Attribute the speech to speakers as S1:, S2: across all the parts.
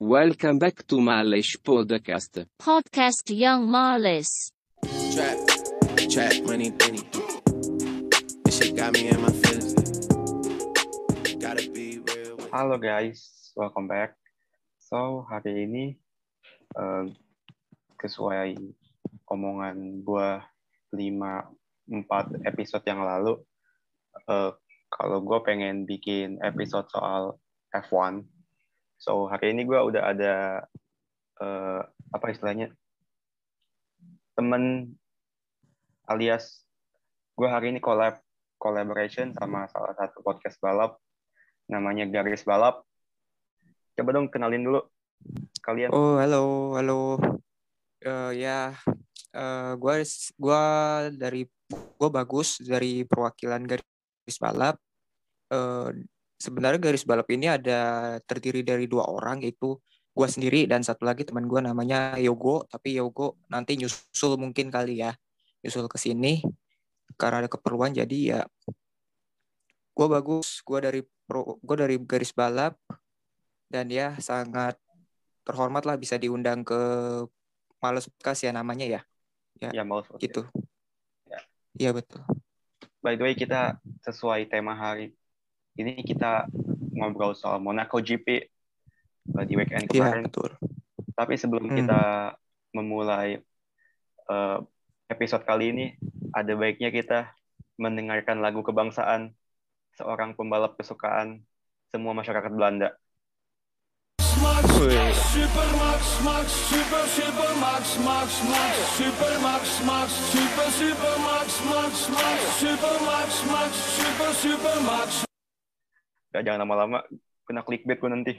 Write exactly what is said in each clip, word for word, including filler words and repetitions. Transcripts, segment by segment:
S1: Welcome back to Malish Podcast.
S2: Podcast Young Marlis.
S3: Trap, trap, money, penny. This shit got me in my feelings. Gotta be real. with-
S4: Halo guys, welcome back. So hari ini uh, sesuai omongan gua lima empat episode yang lalu, uh, kalau gue pengen bikin episode soal F one. So hari ini gue udah ada uh, apa istilahnya temen alias gue hari ini collab collaboration sama salah satu podcast balap namanya Garis Balap. Coba dong kenalin dulu kalian.
S5: Oh, halo, halo. Uh, ya, uh, gua gua dari gua bagus dari perwakilan Garis Balap. Uh, sebenarnya Garis Balap ini ada terdiri dari dua orang, yaitu gua sendiri dan satu lagi teman gua namanya Yogo. Tapi Yogo nanti nyusul mungkin kali ya, nyusul ke sini karena ada keperluan. Jadi ya, gua bagus. Gua dari pro, gua dari Garis Balap dan ya sangat terhormat lah bisa diundang ke Males Podcast ya namanya ya. Ya,
S4: Ya mau
S5: gitu.
S4: Ya.
S5: Iya betul.
S4: By the way, kita sesuai tema hari ini kita ngobrol soal Monaco G P uh, di weekend
S5: Iya
S4: kemarin.
S5: betul.
S4: Tapi sebelum
S5: Hmm.
S4: kita memulai uh, episode kali ini, ada baiknya kita mendengarkan lagu kebangsaan seorang pembalap kesukaan semua masyarakat Belanda.
S3: Super Max, Max, Super, Super Max, Max, Max, Super Max, Max, Super, Super Max, Max, Max, Super Max, Max, Super, Super Max.
S4: Gak, jangan lama-lama, kena clickbait gue nanti.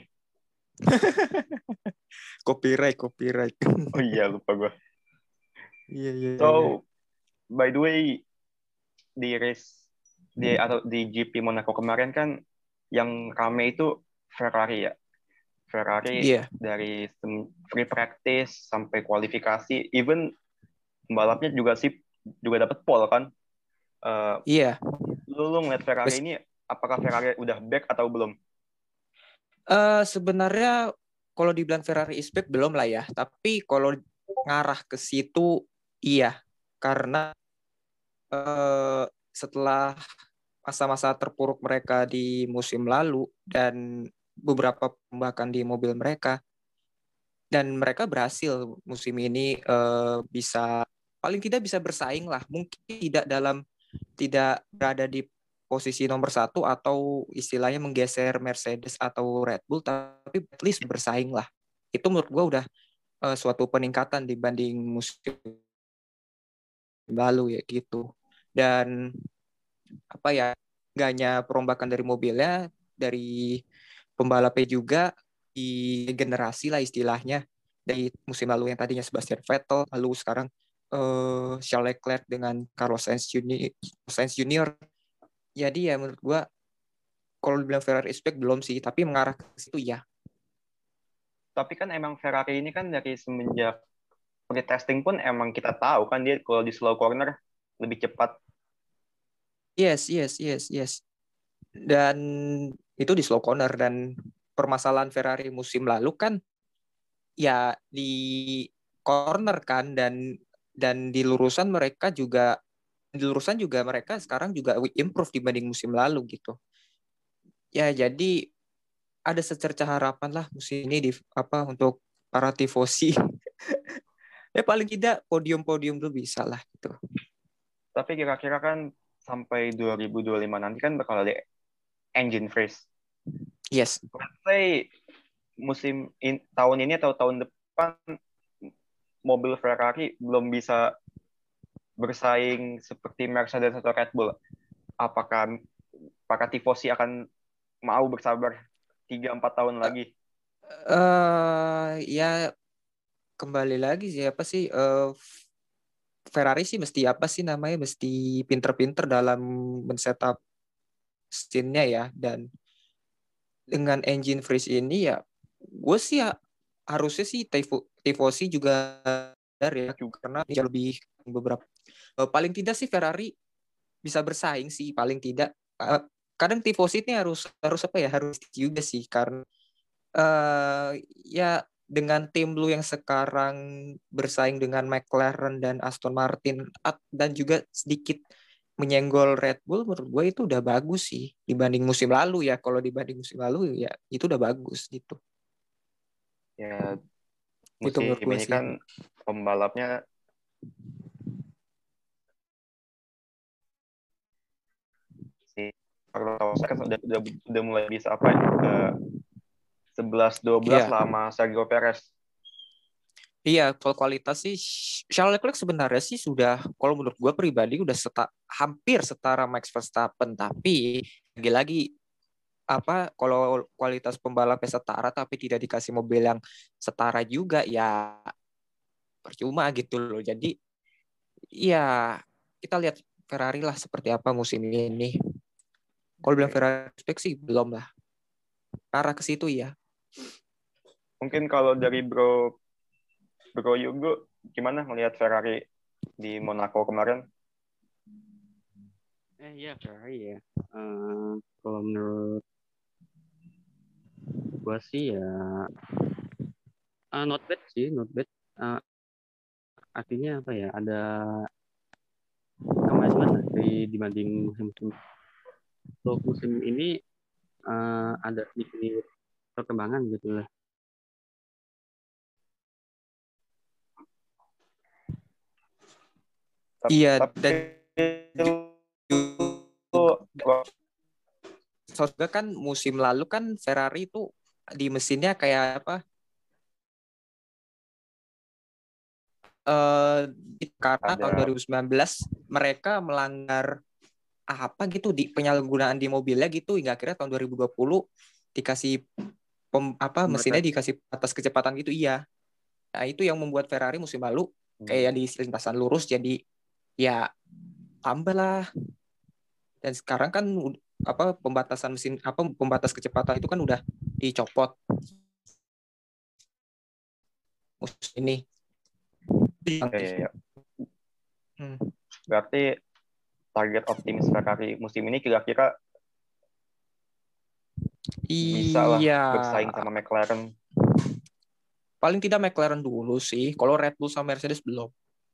S5: Copyright, copyright.
S4: Oh iya, lupa gue.
S5: Iya iya. iya.
S4: So, by the way, di race di atau di G P Monaco kemarin kan yang rame itu Ferrari ya. Ferrari
S5: Iya.
S4: dari free practice sampai kualifikasi, even pembalapnya juga sih juga dapat pole kan. Uh,
S5: Iya.
S4: lu lu ngeliat Ferrari
S5: Bes-
S4: ini, apakah Ferrari udah back atau belum?
S5: Eh, sebenarnya kalau dibilang Ferrari is back belum lah ya. Tapi kalau ngarah ke situ iya. Karena eh, setelah masa-masa terpuruk mereka di musim lalu dan beberapa pembahakan di mobil mereka, dan mereka berhasil musim ini eh, bisa paling tidak bisa bersaing lah, mungkin tidak dalam tidak berada di posisi nomor satu atau istilahnya menggeser Mercedes atau Red Bull, tapi at least bersaing lah. Itu menurut gua udah eh, suatu peningkatan dibanding musim lalu ya gitu. Dan apa ya, nggak hanya perombakan dari mobilnya, dari pembalapnya juga di generasi lah istilahnya, dari musim lalu yang tadinya Sebastian Vettel, lalu sekarang eh, Charles Leclerc dengan Carlos Sainz Junior, Sainz Junior. Jadi ya menurut gua kalau dibilang Ferrari respect belum sih, tapi mengarah ke situ ya.
S4: Tapi kan emang Ferrari ini kan dari semenjak pre-testing pun emang kita tahu kan dia kalau di slow corner lebih cepat.
S5: Yes, yes, yes, yes. Dan itu di slow corner, dan permasalahan Ferrari musim lalu kan ya di corner kan, dan dan di lurusan mereka juga di lurusan juga mereka sekarang juga improve dibanding musim lalu gitu. Ya jadi ada secerca harapan lah musim ini di apa untuk para tifosi. Ya paling tidak podium-podium tuh bisa lah gitu.
S4: Tapi kira-kira kan sampai dua ribu dua puluh lima nanti kan bakal ada engine freeze.
S5: Yes.
S4: Let's say musim in, tahun ini atau tahun depan mobil Ferrari belum bisa bersaing seperti Mercedes atau Red Bull. Apakah para tifosi akan mau bersabar tiga sampai tahun lagi?
S5: Eh uh, ya kembali lagi sih apa sih uh, Ferrari sih mesti apa sih namanya mesti pinter-pinter dalam men-setup scene-nya ya, dan dengan engine freeze ini ya gue sih ya, harusnya sih tifo, tifosi juga dari ya juga karena ini lebih beberapa uh, paling tidak sih Ferrari bisa bersaing sih paling tidak. Uh, kadang tifosi ini harus harus apa ya harus juga sih, karena eh ya dengan tim lu yang sekarang bersaing dengan McLaren dan Aston Martin at- dan juga sedikit menyenggol Red Bull, menurut gue itu udah bagus sih dibanding musim lalu ya. Kalau dibanding musim lalu ya itu udah bagus gitu.
S4: Ya
S5: Gitu
S4: musim
S5: menurut gue
S4: ini
S5: sih.
S4: kan pembalapnya si Carlos Sainz kan udah, udah udah mulai bisa apa ya? eh, sebelas dua belas
S5: Iya.
S4: lama Sergio Perez.
S5: Iya, kalau kualitas sih Charles Leclerc sebenarnya sih sudah, kalau menurut gue pribadi udah seta, hampir setara Max Verstappen, tapi lagi-lagi apa kalau kualitas pembalapnya setara tapi tidak dikasih mobil yang setara juga ya percuma gitu loh. Jadi ya kita lihat Ferrari lah seperti apa musim ini. Kalau bilang Ferrari spek sih belum lah. Arah ke situ ya.
S4: Mungkin kalau dari Bro Bro Yugo gimana ngelihat Ferrari di Monaco kemarin?
S6: Eh iya Ferrari ya. Eh, kalau menurut gua sih ya uh, not bad sih, not bad. Uh, artinya apa ya? Ada kemajuan lah dari dibanding musim-musim. Untuk musim ini uh, ada sedikit perkembangan gitu lah.
S5: Iya,
S4: Tapi
S5: dan
S4: juga
S5: juga kan musim lalu kan Ferrari itu di mesinnya kayak apa? Eh karena tahun
S4: ada
S5: dua ribu sembilan belas mereka melanggar apa gitu di penyalahgunaan di mobilnya gitu hingga akhirnya tahun dua ribu dua puluh dikasih pem, apa mesinnya
S4: mereka
S5: dikasih atas kecepatan gitu iya. Nah, itu yang membuat Ferrari musim lalu kayak di lintasan lurus jadi ya tambah lah. Dan sekarang kan apa pembatasan mesin apa pembatas kecepatan itu kan udah dicopot musim ini.
S4: ya, ya, ya.
S5: Hmm.
S4: Berarti target optimis Ferrari musim ini kira-kira bisa lah
S5: Iya.
S4: bersaing sama McLaren.
S5: Paling tidak McLaren dulu sih. Kalau Red Bull sama Mercedes belum.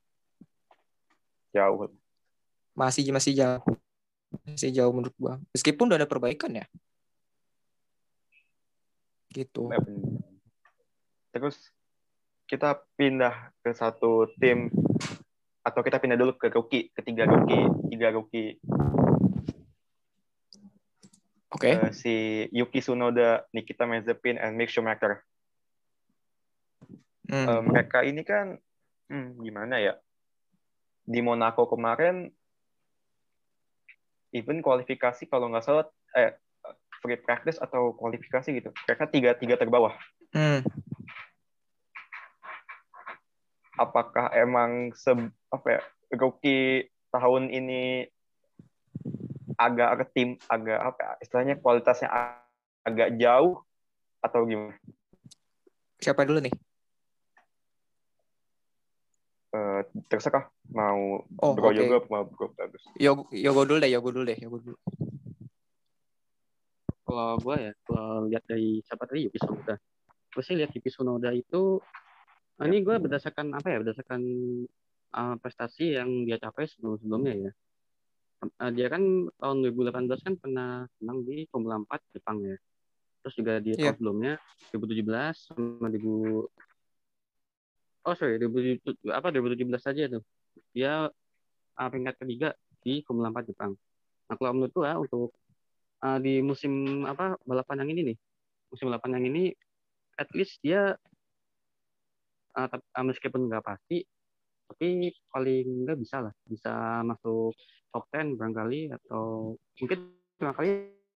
S4: Jauh.
S5: Masih masih jauh. Masih jauh menurut gua. Meskipun udah ada perbaikan ya. Gitu.
S4: Terus kita pindah ke satu tim atau kita pindah dulu ke rookie, ketiga rookie, tiga rookie.
S5: Oke. Okay.
S4: Uh, si Yuki Tsunoda, Nikita Mazepin, and Mick Schumacher. Hmm. Uh, mereka ini kan hmm, gimana ya? Di Monaco kemarin even kualifikasi kalau nggak salah eh free practice atau kualifikasi gitu. Mereka tiga tiga terbawah.
S5: Hmm.
S4: Apakah emang se apa ya, rookie tahun ini agak tim agak apa istilahnya kualitasnya agak jauh atau gimana?
S5: Siapa dulu nih?
S4: Uh, terserah mau
S5: oh,
S4: Bro
S5: okay.
S4: Yogo mau Bro Bagus.
S5: Yogo, Yogo dulu deh, Yogo dulu deh, Yogo dulu.
S6: Kalau gue ya, kalau lihat dari siapa tadi Yuki Tsunoda, gue sih lihat Yuki Tsunoda itu, ya. Ini gue berdasarkan apa ya, berdasarkan uh, prestasi yang dia capai sebelum-sebelumnya ya. Uh, dia kan tahun dua ribu delapan belas kan pernah menang di Formula empat Jepang ya. Terus juga di
S5: yeah.
S6: tahun sebelumnya dua ribu tujuh belas sama dua ribu oh sorry dua ribu tujuh apa dua ribu tujuh belas saja tuh dia uh, peringkat ketiga di Formula empat Jepang. Nah kalau menurut gua untuk uh, di musim apa balapan yang ini nih musim balapan yang ini at least dia uh, uh, meskipun nggak pasti tapi paling nggak bisa lah bisa masuk top sepuluh barangkali atau mungkin barangkali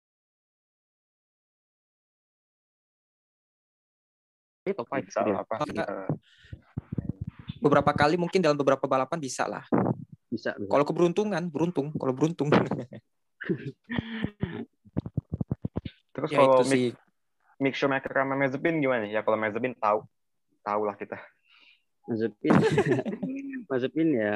S6: top lima
S4: bisa
S6: gitu ya.
S4: apa uh,
S5: beberapa kali mungkin dalam beberapa balapan bisa lah
S6: bisa, bisa.
S5: Kalau keberuntungan beruntung kalau beruntung
S4: terus
S5: ya,
S4: kalau
S5: itu
S4: Mick,
S5: sih
S4: Mick Schumacher sama Mazepin gimana ya? Kalau Mazepin tahu tahu lah kita
S6: Mazepin Mazepin ya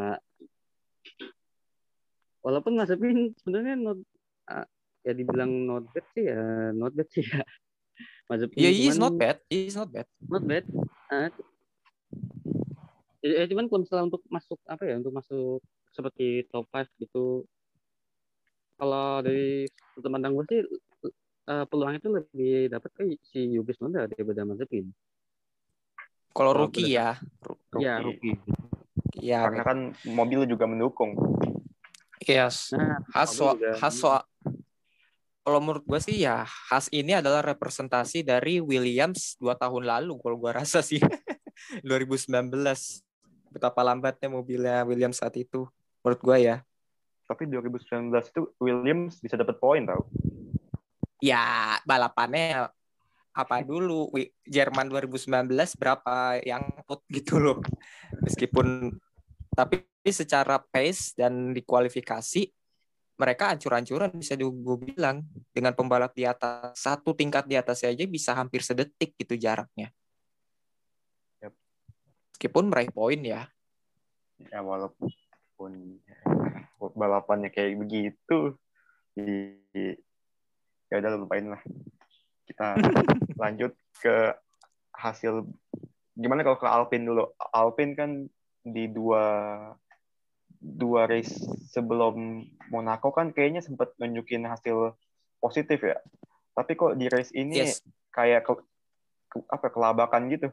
S6: walaupun Mazepin sebenarnya not uh, ya dibilang not bad sih ya not bad sih ya Mazepin
S5: Ya, he is
S6: cuman
S5: not bad. He is not bad.
S6: not bad. Ah, ya, ya, cuman kalau misalnya untuk masuk apa ya, untuk masuk seperti top lima gitu, kalau dari sudut pandang gue sih eh, peluang itu lebih dapat ke si Yuki Tsunoda daripada Mazepin.
S5: Kalau
S6: Kalau
S5: rookie
S6: berdasar-
S5: ya,
S6: Ya,
S4: Rookie.
S6: rookie.
S5: ya.
S4: Karena kan mobil juga mendukung.
S5: Yes.
S6: Nah,
S5: Has,
S6: mobil juga.
S5: Has so- kalau menurut gue sih ya Has ini adalah representasi dari Williams dua tahun lalu kalau gue rasa sih. dua ribu sembilan belas. Betapa lambatnya mobilnya Williams saat itu menurut gue ya.
S4: Tapi dua ribu sembilan belas itu Williams bisa dapat poin tau.
S5: Ya balapannya apa dulu Wi- Jerman dua ribu sembilan belas berapa yang put gitu loh. Meskipun tapi secara pace dan di kualifikasi mereka ancur-ancuran bisa gue bilang dengan pembalap di atas satu tingkat di atas aja bisa hampir sedetik gitu jaraknya.
S4: Yep.
S5: Meskipun meraih poin ya.
S4: Ya walaupun ya, balapannya kayak begitu, di, ya udah lupain lah. Kita lanjut ke hasil. Gimana kalau ke Alpine dulu? Alpine kan di dua dua race sebelum Monaco kan kayaknya sempat nunjukin hasil positif ya. Tapi kok di race ini
S5: Yes.
S4: kayak ke, ke, apa kelabakan gitu.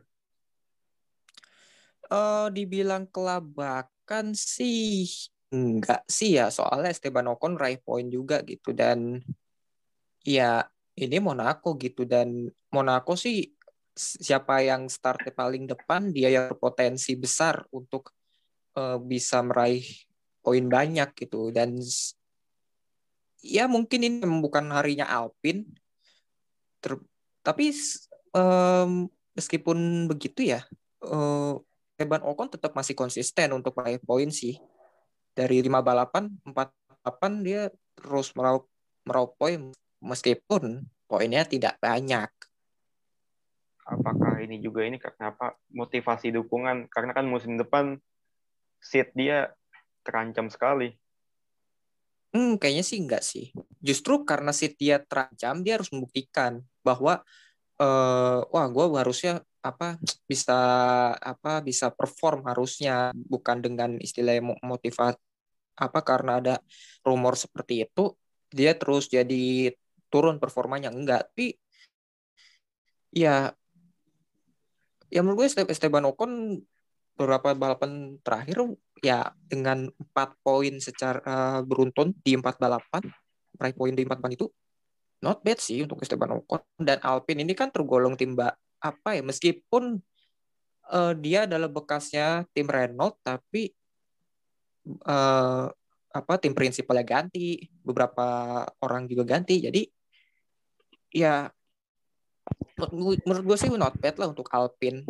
S5: Eh dibilang kelabakan sih enggak sih ya, soalnya Esteban Ocon raih poin juga gitu dan ya ini Monaco gitu dan Monaco sih siapa yang startnya paling depan dia yang berpotensi besar untuk uh, bisa meraih poin banyak gitu dan ya mungkin ini bukan harinya Alpine ter- tapi um, meskipun begitu ya uh, Esteban Ocon tetap masih konsisten untuk meraih poin sih. Dari lima balapan, empat balapan dia terus meraup, meraup poin meskipun poinnya tidak banyak.
S4: Apakah ini juga ini karena apa? Motivasi dukungan. Karena kan musim depan seat dia terancam sekali.
S5: Hmm, kayaknya sih enggak sih. Justru karena seat dia terancam, dia harus membuktikan bahwa uh, wah gue harusnya apa bisa apa bisa perform harusnya bukan dengan istilah motivasi apa karena ada rumor seperti itu dia terus jadi turun performanya enggak tapi ya ya menurut gue Esteban Ocon beberapa balapan terakhir ya dengan empat poin secara beruntun di empat balapan meraih poin di empat balapan itu not bad sih untuk Esteban Ocon dan Alpine ini kan tergolong tim apa ya meskipun uh, dia adalah bekasnya tim Renault tapi uh, apa tim prinsipalnya ganti beberapa orang juga ganti jadi ya menurut gue sih not bad lah untuk Alpine.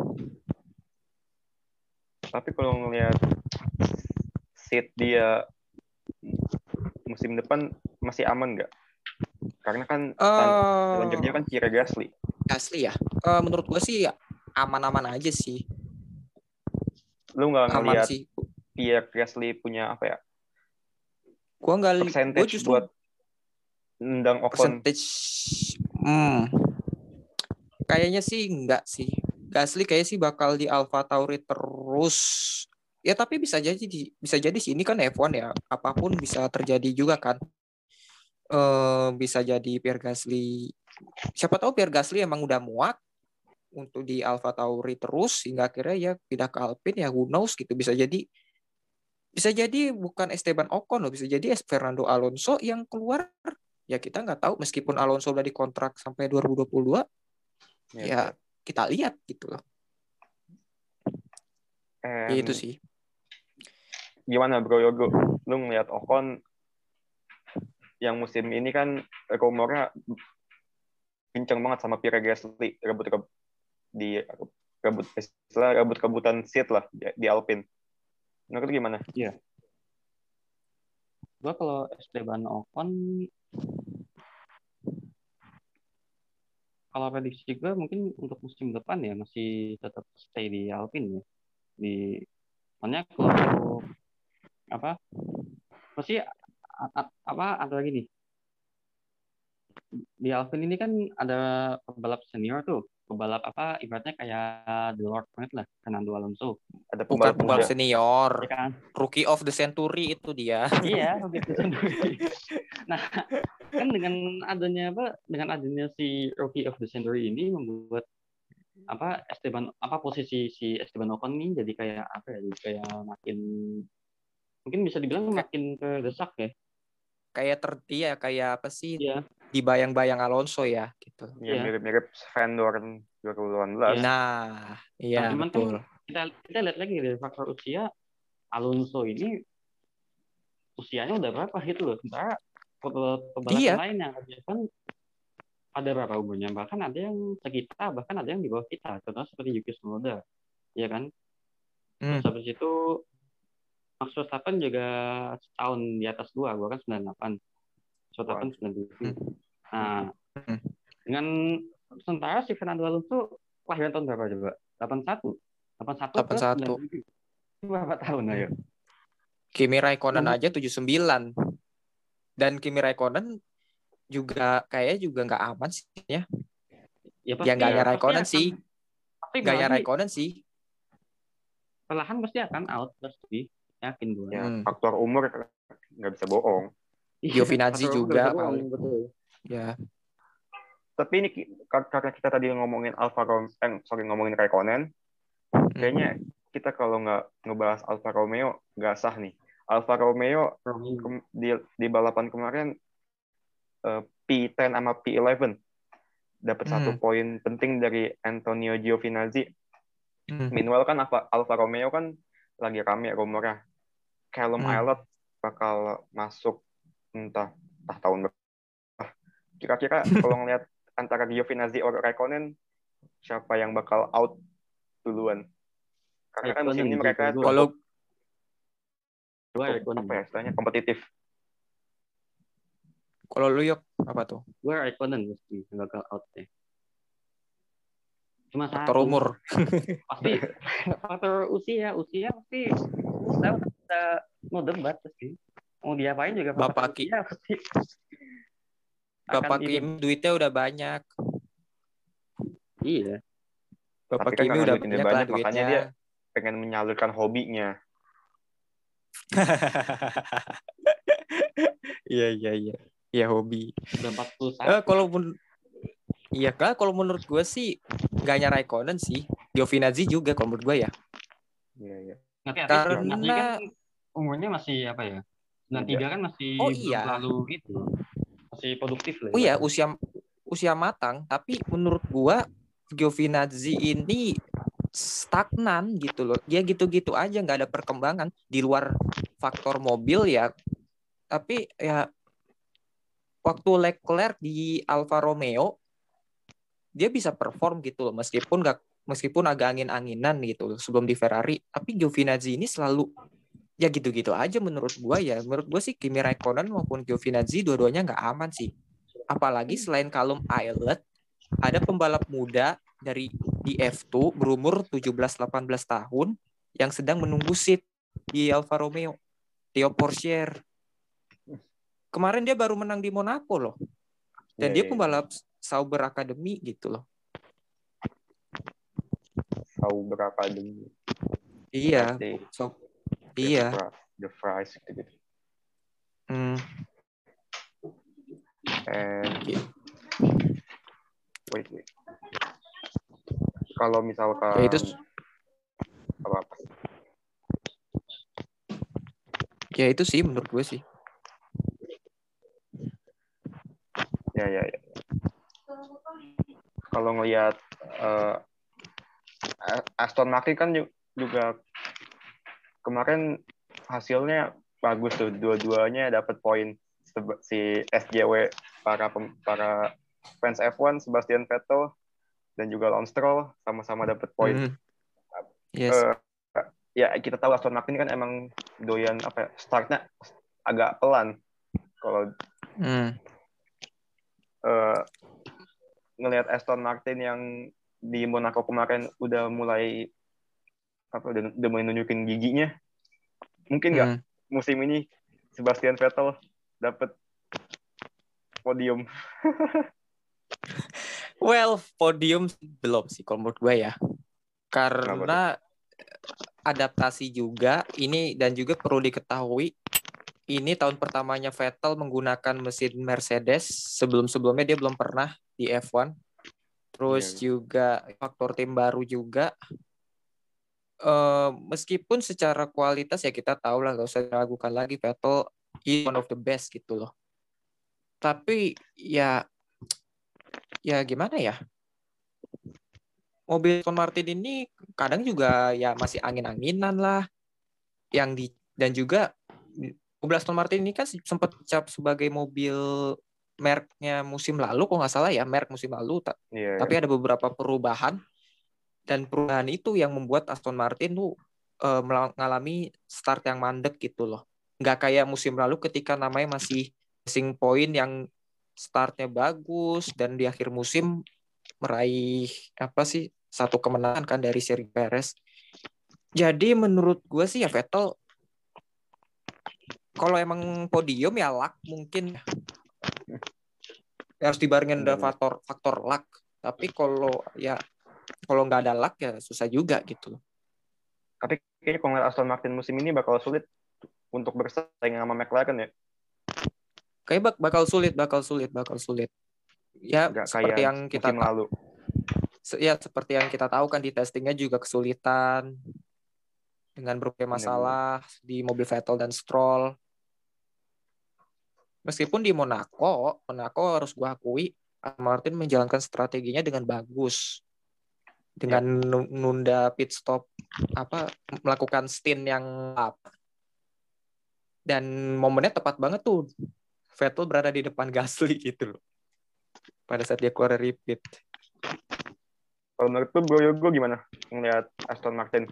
S4: Tapi kalau ngelihat seat dia musim depan masih aman nggak? Karena kan
S5: uh,
S4: challenger-nya kan Pierre Gasly.
S5: Gasly ya uh, menurut gue sih ya, aman-aman aja sih.
S4: Lu nggak ngelihat
S5: sih.
S4: Pierre Gasly punya apa ya?
S5: Gua nggak
S4: percentage
S5: justru
S4: buat nendang Ocon.
S5: Percentage hmm. Kayaknya sih enggak sih. Gasly kayak sih bakal di Alpha Tauri terus. Ya tapi bisa jadi bisa jadi sih ini kan F satu ya. Apapun bisa terjadi juga kan. Uh, bisa jadi Pierre Gasly. Siapa tahu Pierre Gasly emang udah muak untuk di Alpha Tauri terus hingga akhirnya ya pindah ke Alpine ya who knows gitu bisa jadi bisa jadi bukan Esteban Ocon loh bisa jadi Fernando Alonso yang keluar ya kita nggak tahu meskipun Alonso udah dikontrak sampai dua ribu dua puluh dua ya, ya kita lihat gitu loh.
S4: And
S5: itu sih.
S4: Gimana Bro Yogo? Lu ngeliat Ocon yang musim ini kan rumornya kenceng banget sama Pierre Gasly rebut-rebut di rebut istilah rebut-rebutan seat lah di, di Alpine. Menurut lu gimana?
S6: Iya. Gua kalau Esteban Ocon kalau prediksi gue mungkin untuk musim depan ya masih tetap stay di Alpine ya. Di soalnya kalau apa? Pasti apa ada lagi nih? di Alpine ini kan ada pembalap senior tuh, pembalap apa ibaratnya kayak The Lord banget lah, Fernando Alonso,
S4: Ada
S5: Bukan
S4: pembalap
S5: pembalap
S4: muda.
S5: senior,
S6: ya kan?
S5: rookie of the century itu dia.
S6: Iya, begitu sendiri. Nah, kan dengan adanya apa? Dengan adanya si Rookie of the Century ini membuat apa Esteban apa posisi si Esteban Ocon ini jadi kayak apa ya? Jadi kayak makin mungkin bisa dibilang makin terdesak ya.
S5: Kayak ter iya, kayak apa sih?
S6: Iya,
S5: Dibayang-bayang Alonso ya gitu.
S4: Ya,
S6: Iya.
S4: mirip-mirip Van Dorn dua ribu delapan belas.
S6: Iya.
S5: Nah, iya
S6: Nah, cuman
S5: betul.
S6: kan kita kita lihat lagi dari faktor usia, Alonso ini usianya udah berapa gitu loh. Sementara pembalap
S5: Iya.
S6: yang lain yang kan ada berapa umurnya, bahkan ada yang sekitar, bahkan ada yang di bawah kita, contohnya seperti Yuki Tsunoda, ya kan.
S5: Hmm.
S6: Terus habis itu Max Verstappen juga setahun di atas gua, gua kan sembilan puluh delapan, Verstappen sembilan puluh tujuh. Nah,
S5: Hmm.
S6: dengan sementara si Fernando Alonso kelahiran tahun berapa coba? delapan puluh satu. delapan puluh satu
S5: delapan
S6: plus
S5: puluh satu.
S6: sembilan puluh tujuh. Itu berapa tahun ayo?
S5: Kimi Raikkonen
S6: Hmm.
S5: aja tujuh puluh sembilan. Dan Kimi Raikkonen juga kayaknya juga nggak aman sih ya.
S6: Ya pasti
S5: Ya nggak hanya
S6: pasti
S5: Raikkonen
S6: akan-
S5: sih.
S6: Pasti
S5: Nggak hanya
S6: berarti
S5: Raikkonen sih.
S6: perlahan pasti akan out pasti. Yakin gua.
S4: Ya,
S5: Hmm.
S4: faktor umur nggak bisa bohong.
S5: Giovinazzi
S6: Faktor umur
S5: juga
S6: nggak bisa bohong,
S5: paling.
S6: betul.
S5: Ya.
S4: Tapi ini ki- kar- karena kita tadi ngomongin Alfa Romeo, eh, sorry ngomongin Raikkonen, kayaknya kita kalau nggak ngebahas Alfa Romeo nggak sah nih. Alfa Romeo ke- di, di balapan kemarin eh, P sepuluh sama P sebelas dapat
S5: Hmm.
S4: satu poin penting dari Antonio Giovinazzi.
S5: Hmm.
S4: Meanwhile kan Alfa, Alfa Romeo kan lagi rame rumornya Callum
S5: Hmm.
S4: Ilott bakal masuk entah entah tahun berapa. Kira-kira kalau ngelihat antara Giovinazzi atau Raikkonen siapa yang bakal out duluan? Karena kan musim ini
S6: Raikkonen,
S4: mereka
S6: Gio,
S5: Kalau
S6: Gua
S4: cukup,
S6: Raikkonen.
S4: apa ya istilahnya kompetitif.
S5: kalau lu yuk apa tuh?
S6: Gue Raikkonen mesti yang bakal out ya. Cuma
S5: Faktor
S6: satu,
S5: umur.
S6: pasti faktor usia, usia pasti udah udah mau debat pasti. Mau diapain juga faktor
S5: Bapak Ki-
S6: usia pasti.
S5: Bapak
S6: akan
S5: Kim duitnya udah banyak.
S6: Iya.
S5: Bapak
S4: Tapi kan
S5: Kimi
S4: karena
S5: udah
S4: duitnya
S5: banyak lah
S4: banyak, makanya
S5: duitnya.
S4: dia pengen menyalurkan hobinya.
S5: Iya iya iya. Iya hobi.
S6: Udah empat puluh satu.
S5: Eh kalau men- Iya kak, kalau menurut gue sih gak hanya Raikkonen sih, Giovinazzi juga kalau menurut gue ya.
S4: Iya, iya.
S6: Nanti
S5: Karena-
S6: nanti kan umurnya masih apa ya? sembilan puluh tiga kan masih
S5: Oh,
S6: belum
S5: iya.
S6: terlalu itu. Masih produktif lah.
S5: Oh iya
S6: ibaratnya.
S5: usia usia matang, tapi menurut gue Giovinazzi ini stagnan gitu loh. Dia gitu-gitu aja, nggak ada perkembangan di luar faktor mobil ya. Tapi ya waktu Leclerc di Alfa Romeo dia bisa perform gitu loh, meskipun nggak meskipun agak angin-anginan gitu loh sebelum di Ferrari. Tapi Giovinazzi ini selalu ya gitu-gitu aja menurut gua ya. Menurut gua sih Kimi Raikkonen maupun Giovinazzi dua-duanya nggak aman sih. Apalagi selain Callum Ilott ada pembalap muda dari di F dua berumur tujuh belas delapan belas tahun yang sedang menunggu seat di Alfa Romeo, Theo Pourchaire. Kemarin dia baru menang di Monaco loh. Dan
S4: Iya,
S5: dia
S4: iya,
S5: pembalap Sauber Academy gitu loh.
S4: Sauber Academy.
S5: Iya.
S4: Berarti
S5: So,
S4: The
S5: iya.
S4: Fri- The Fries gitu-gitu.
S5: Hmm.
S4: And
S5: Iya.
S4: wait, wait. Kalau misalkan
S5: Ya itu
S4: apa apa?
S5: ya itu sih menurut gue sih.
S4: Ya, ya, ya. Kalau ngelihat eh, Aston Martin kan ju- juga kemarin hasilnya bagus tuh, dua-duanya dapat poin. Seb- Si S J W para pem- para fans F satu Sebastian Vettel dan juga Lance Stroll sama-sama dapat poin.
S5: Hmm. Yes.
S4: Eh, ya kita tahu Aston Martin kan emang doyan apa ya, startnya agak pelan. Kalau
S5: Hmm.
S4: eh, ngelihat Aston Martin yang di Monaco kemarin udah mulai apa udah, udah mulai nunjukin giginya, mungkin nggak
S5: Hmm.
S4: musim ini Sebastian Vettel dapat podium.
S5: Well, podium belum sih kalau menurut gue ya.
S4: Kenapa tuh?
S5: Karena adaptasi juga ini, dan juga perlu diketahui ini tahun pertamanya Vettel menggunakan mesin Mercedes. Sebelum-sebelumnya dia belum pernah di F satu. Terus
S4: Iya.
S5: juga faktor tim baru juga. Eh, meskipun secara kualitas ya kita tahu lah, gak usah diragukan lagi, Vettel is one of the best gitu loh. Tapi ya ya gimana ya? Mobil Aston Martin ini kadang juga ya masih angin-anginan lah. Yang di dan juga mobil Aston Martin ini kan sempat dicap sebagai mobil mereknya musim lalu, kok nggak salah ya, merek musim lalu. Ta-
S4: Iya.
S5: Tapi ada beberapa perubahan, dan perubahan itu yang membuat Aston Martin tuh eh, mengalami start yang mandek gitu loh. Nggak kayak musim lalu ketika namanya masih Racing Point yang startnya bagus dan di akhir musim meraih apa sih satu kemenangan kan dari Sergio Perez. Jadi menurut gue sih ya Vettel kalau emang podium ya luck mungkin ya, harus dibarengin ada faktor faktor luck. Tapi kalau ya kalau nggak ada luck ya susah juga gitu.
S4: Tapi kayaknya kalau ngeliat Aston Martin musim ini bakal sulit untuk bersaing sama McLaren ya.
S5: Kayak bak- bakal sulit, bakal sulit, bakal sulit. Ya
S4: Nggak
S5: seperti
S4: kayak
S5: yang kita
S4: musim
S5: ta-
S4: lalu.
S5: se- ya seperti yang kita tahu kan di testingnya juga kesulitan dengan berbagai masalah di mobil Vettel dan Stroll. Meskipun di Monaco, Monaco harus gua akui Aston Martin menjalankan strateginya dengan bagus. Dengan nu- nunda pit stop, apa melakukan stint yang apa. Dan momennya tepat banget tuh. Vettel berada di depan Gasly gitu loh. Pada saat dia keluar dari pit.
S4: Kalau menurut lu Bro Yogo gimana ngeliat Aston Martin?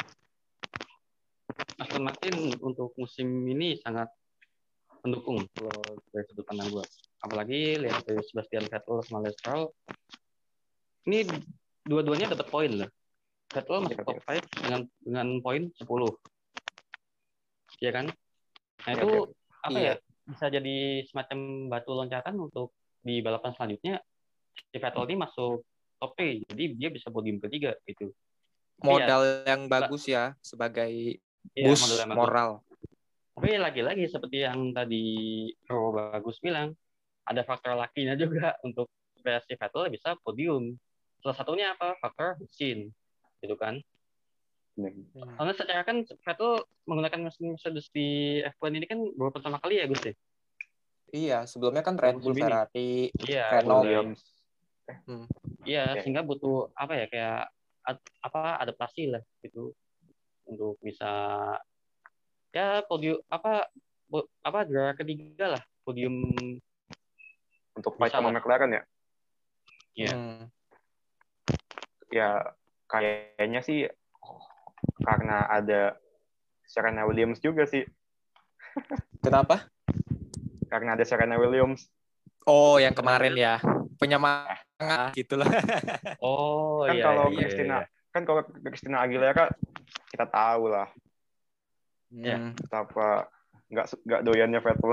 S6: Aston Martin untuk musim ini sangat mendukung kalau dari sudut pandang gue. Apalagi lihat dari Sebastian Vettel sama Lance Stroll, ini dua-duanya dapat poin lah. Vettel masuk top lima dengan dengan poin sepuluh. Iya kan? Nah itu apa
S5: Iya.
S6: ya? Bisa jadi semacam batu loncatan untuk di balapan selanjutnya. Si Vettel ini masuk top tiga, jadi dia bisa podium ketiga gitu.
S5: Modal ya, yang bagus ya sebagai
S6: iya,
S5: boost
S6: modal yang bagus.
S5: moral.
S6: Tapi lagi-lagi seperti yang tadi Bro Bagus bilang, ada faktor lakinya juga untuk supaya si Vettel bisa podium. Salah satunya apa? Faktor mesin, gitu kan?
S4: Hmm.
S6: Karena secara kan Vettel menggunakan mesin Mercedes di F satu ini kan baru pertama kali ya Gus ya?
S5: Iya, sebelumnya kan Red Bull, Ferrari,
S6: iya,
S5: Renault.
S4: Williams.
S5: Hmm.
S6: Iya,
S4: Okay.
S6: sehingga butuh apa ya kayak ad, apa adaptasi lah gitu untuk bisa ya podium apa apa juara ketiga lah, podium
S4: Untuk fight sama McLaren ya?
S6: Iya.
S5: Hmm.
S4: Ya kayaknya sih karena ada Serena Williams juga sih.
S5: Kenapa?
S4: Karena ada Serena Williams.
S5: Oh, yang kemarin ya. Penyemangat gitu lah.
S6: Oh,
S4: kan
S6: iya,
S4: kalau
S6: iya,
S4: Christina
S6: iya.
S4: kan kalau Christina Aguilera kita tahu lah.
S5: Hmm.
S4: Betapa nggak nggak doyannya Vettel.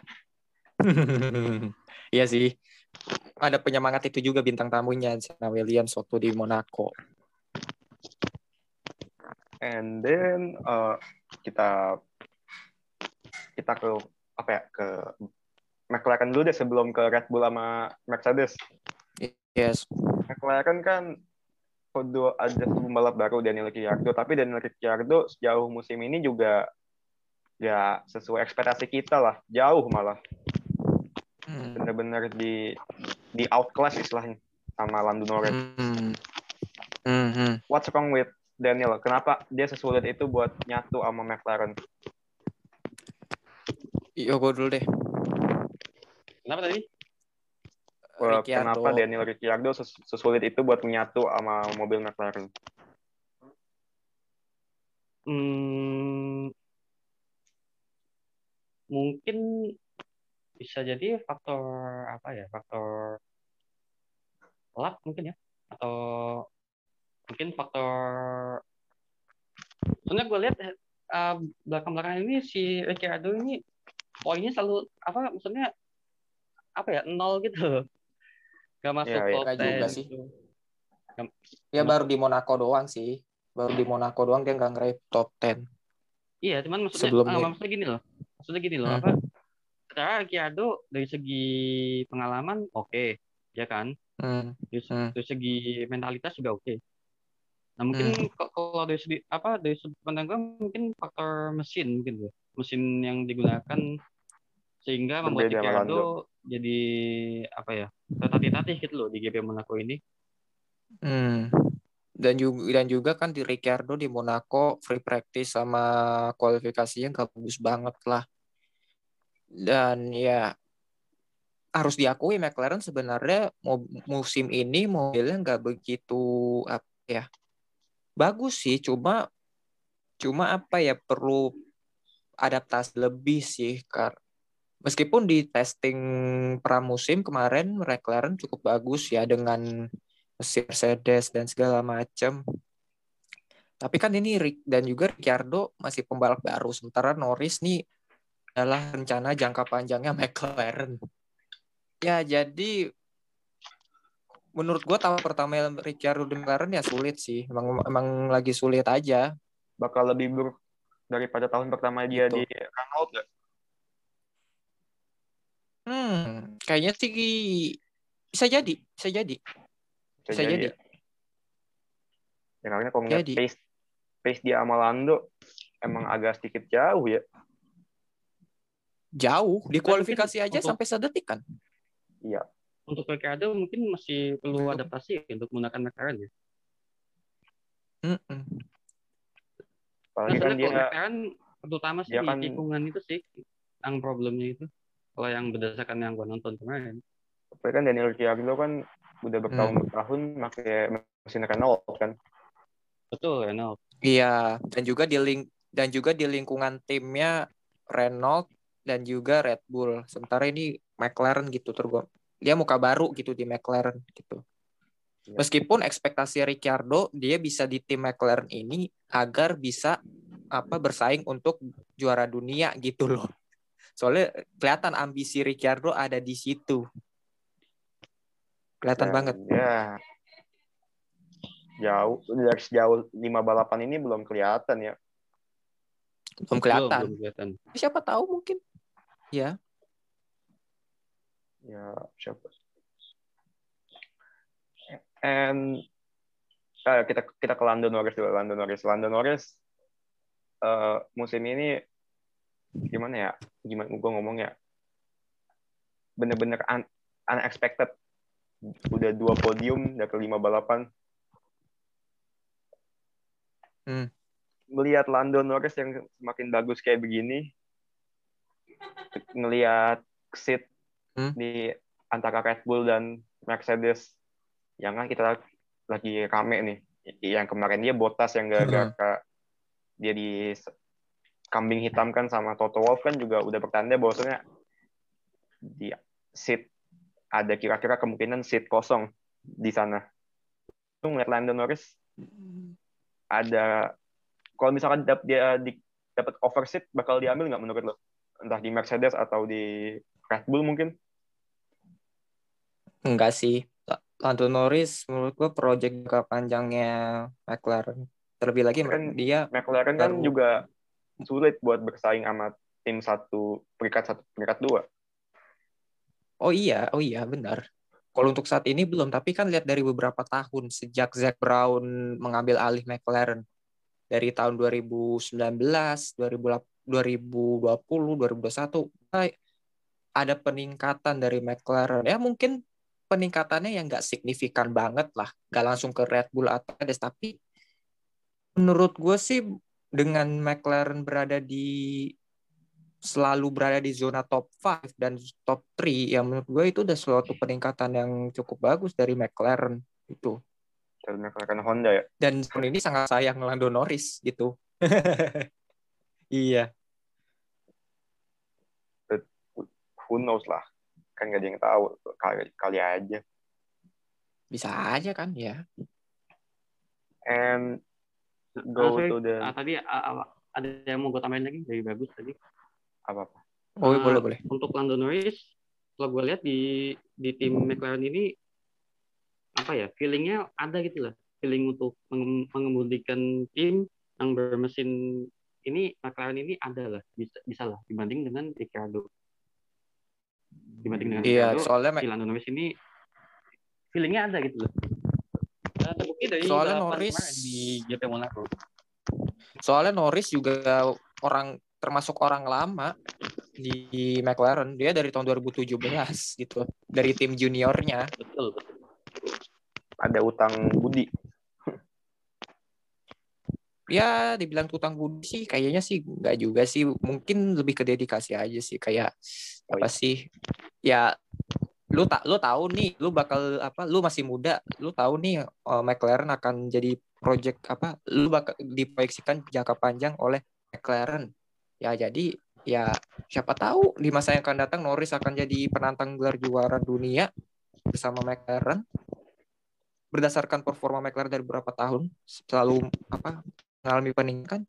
S5: Iya sih. Ada penyemangat itu juga bintang tamunya Serena Williams waktu di Monaco.
S4: And then uh, kita kita ke apa ya ke McLaren dulu deh sebelum ke Red Bull sama Mercedes.
S5: Yes.
S4: McLaren kan udah ada pembalap baru Daniel Ricciardo, tapi Daniel Ricciardo sejauh musim ini juga ya sesuai ekspektasi kita lah, jauh malah. Hmm. Bener-bener di di outclass istilahnya sama Lando Norris.
S5: Hmm. Hmm.
S4: What's wrong with Daniel? Kenapa dia sesulit itu buat nyatu sama McLaren?
S5: Yo, gue dulu deh.
S6: Kenapa tadi?
S5: Ricciardo.
S4: Kenapa Daniel Ricciardo ses- sesulit itu buat menyatu sama mobil McLaren?
S6: Hmm, mungkin bisa jadi faktor apa ya? Faktor luck mungkin ya, atau mungkin faktor. Soalnya gue lihat uh, belakang-belakang ini si Ricciardo ini poinnya selalu apa? Maksudnya apa ya nol gitu, gak masuk
S4: Iya, iya.
S6: top
S5: Nggak juga
S6: sepuluh
S5: sih.
S6: gitu. Gak,
S5: Ya
S6: gak
S5: baru
S6: masuk.
S5: di Monaco doang sih. Baru di Monaco doang dia nggak ngeraih top sepuluh.
S6: Iya, cuman maksudnya ah,
S5: Sebelumnya.
S6: maksudnya gini loh. Maksudnya gini loh, apa?
S5: Hmm.
S6: Secara Ricciardo dari segi pengalaman oke, ya kan?
S5: Hmm.
S6: Dari, se-
S5: Hmm.
S6: dari segi mentalitas juga oke. Nah, mungkin
S5: Hmm.
S6: kok kalau dari segi apa dari sudut pandang gue mungkin faktor mesin mungkin ya. Mesin yang digugakan sehingga membuat
S4: Berbeda sama Lando.
S6: Ricciardo jadi apa ya? Tertatih-tatih gitu loh di G P Monaco ini.
S5: Hmm. Dan juga dan juga kan di Ricciardo di Monaco free practice sama kualifikasinya nggak bagus banget lah. Dan ya harus diakui McLaren sebenarnya musim ini mobilnya nggak begitu apa ya bagus sih, cuma cuma apa ya perlu adaptasi lebih sih kar meskipun di testing pramusim kemarin McLaren cukup bagus ya dengan mesin Mercedes dan segala macam. Tapi kan ini Rick dan juga Ricciardo masih pembalap baru, sementara Norris nih adalah rencana jangka panjangnya McLaren. Ya jadi menurut gue tahun pertama Ricciardo di McLaren ya sulit sih, emang emang lagi sulit aja.
S4: Bakal lebih buruk daripada tahun pertama dia
S5: Gitu.
S4: di Renault nggak?
S5: Hmm, kayaknya sih bisa jadi, bisa jadi,
S4: Bisa
S5: bisa
S4: jadi
S5: jadi,
S4: ya. Ya karena kalau ngeliat
S5: jadi.
S4: pace pace dia sama Lando emang agak sedikit jauh ya.
S5: Jauh di
S6: Dan mungkin
S5: kualifikasi aja
S6: untuk
S5: sampai sedetik kan.
S4: Iya.
S6: untuk Ricciardo mungkin masih perlu adaptasi untuk menggunakan McLaren ya.
S5: Mm-mm.
S4: Apalagi
S6: Nah,
S4: kan
S6: soalnya
S4: dia
S6: kalau McLaren terutama sih
S4: dia
S6: di
S4: kan
S6: tikungan itu sih yang problemnya itu. Kalau yang berdasarkan yang gua nonton kemarin.
S4: apalagi kan Daniel Ricciardo kan udah
S5: Hmm.
S4: bertahun-tahun pakai mesin Renault kan.
S6: Betul, Renault.
S5: Iya, dan juga di link dan juga di lingkungan timnya Renault dan juga Red Bull. Sementara ini McLaren gitu terus dia muka baru gitu di McLaren gitu.
S4: Ya.
S5: Meskipun ekspektasi Ricciardo dia bisa di tim McLaren ini agar bisa apa bersaing untuk juara dunia gitu loh. Soalnya kelihatan ambisi Ricciardo ada di situ. Kelihatan
S4: Dan
S5: banget.
S4: ya jauh dari sejauh lima balapan ini belum kelihatan ya.
S5: Belum
S6: Belum,
S5: kelihatan.
S6: belum kelihatan.
S5: Siapa tahu mungkin. Ya.
S4: Ya siapa? And eh, kita kita ke Lando Norris dulu. Lando Norris, Lando Norris eh, musim ini gimana ya? Gimana gue ngomong ya? Bener-bener un- unexpected. Udah dua podium dari lima balapan.
S5: Hmm.
S4: Melihat Lando Norris yang semakin bagus kayak begini, ngelihat seat
S5: Hmm.
S4: di antara Red Bull dan Mercedes, yang kan kita lagi rame nih. Yang kemarin dia Bottas yang gara-gara dia di kambing hitamkan sama Toto Wolff kan juga udah bertanda bahwasanya di seat ada kira-kira kemungkinan seat kosong di sana. Itu ngeliat Lando Norris ada kalau misalkan dap, dia di, dapat overseat bakal diambil nggak menurut lo? Entah di Mercedes atau di Red Bull mungkin?
S5: Enggak sih. Lando Norris menurut gue proyek jangka panjangnya McLaren. Terlebih lagi
S4: Kan
S5: dia
S4: McLaren kan
S5: baru.
S4: juga sulit buat bersaing sama tim satu peringkat satu peringkat dua.
S5: Oh iya, oh iya benar. Kalau untuk saat ini belum, tapi kan lihat dari beberapa tahun sejak Zac Brown mengambil alih McLaren dari tahun dua ribu sembilan belas, dua ribu dua puluh, dua ribu dua puluh satu ada peningkatan dari McLaren. Ya mungkin peningkatannya yang nggak signifikan banget lah, nggak langsung ke Red Bull atau Mercedes, tapi menurut gue sih dengan McLaren berada di selalu berada di zona top lima dan top tiga, ya menurut gue itu udah suatu peningkatan yang cukup bagus dari McLaren itu.
S4: Dari McLaren Honda ya.
S5: Dan tahun ini sangat sayang Lando Norris gitu. Iya.
S4: But who knows lah. Kan nggak ada yang tahu. Kali, kali aja.
S5: Bisa aja kan ya.
S4: And
S6: Ah,
S4: go
S6: sorry.
S4: to the
S6: Ah, tadi ah, ah, ada yang mau gue tambahin lagi dari bagus tadi.
S4: apa-apa.
S5: Oh
S6: Ah,
S5: boleh boleh.
S6: Untuk Lando Norris, kalau gue lihat di di tim McLaren ini apa ya, feelingnya ada gitu lah, feeling untuk menge- mengemudikan tim yang bermesin ini, McLaren ini ada lah, bisa bisa lah dibanding dengan Ricciardo. Dibanding dengan
S5: Iya,
S6: Ricciardo,
S5: soalnya
S6: si Lando Norris ini feelingnya ada gitu loh. Nah, terbukti dari
S5: soalnya
S6: balapan
S5: Norris
S6: kemarin di G P Monaco.
S5: soalnya Norris juga orang termasuk orang lama di McLaren. Dia dari tahun dua ribu tujuh belas gitu, dari tim juniornya.
S6: Betul, betul.
S4: Ada utang budi.
S5: Ya dibilang tutang budi sih kayaknya sih nggak juga sih, mungkin lebih ke dedikasi aja sih, kayak
S4: Oh,
S5: apa
S4: iya.
S5: sih ya, lu tak lu tahu nih, lu bakal apa, lu masih muda, lu tahu nih uh, McLaren akan jadi project apa, lu bakal diproyeksikan jangka panjang oleh McLaren ya, jadi ya siapa tahu di masa yang akan datang Norris akan jadi penantang gelar juara dunia bersama McLaren berdasarkan performa McLaren dari beberapa tahun selalu apa mengalami peningkatan.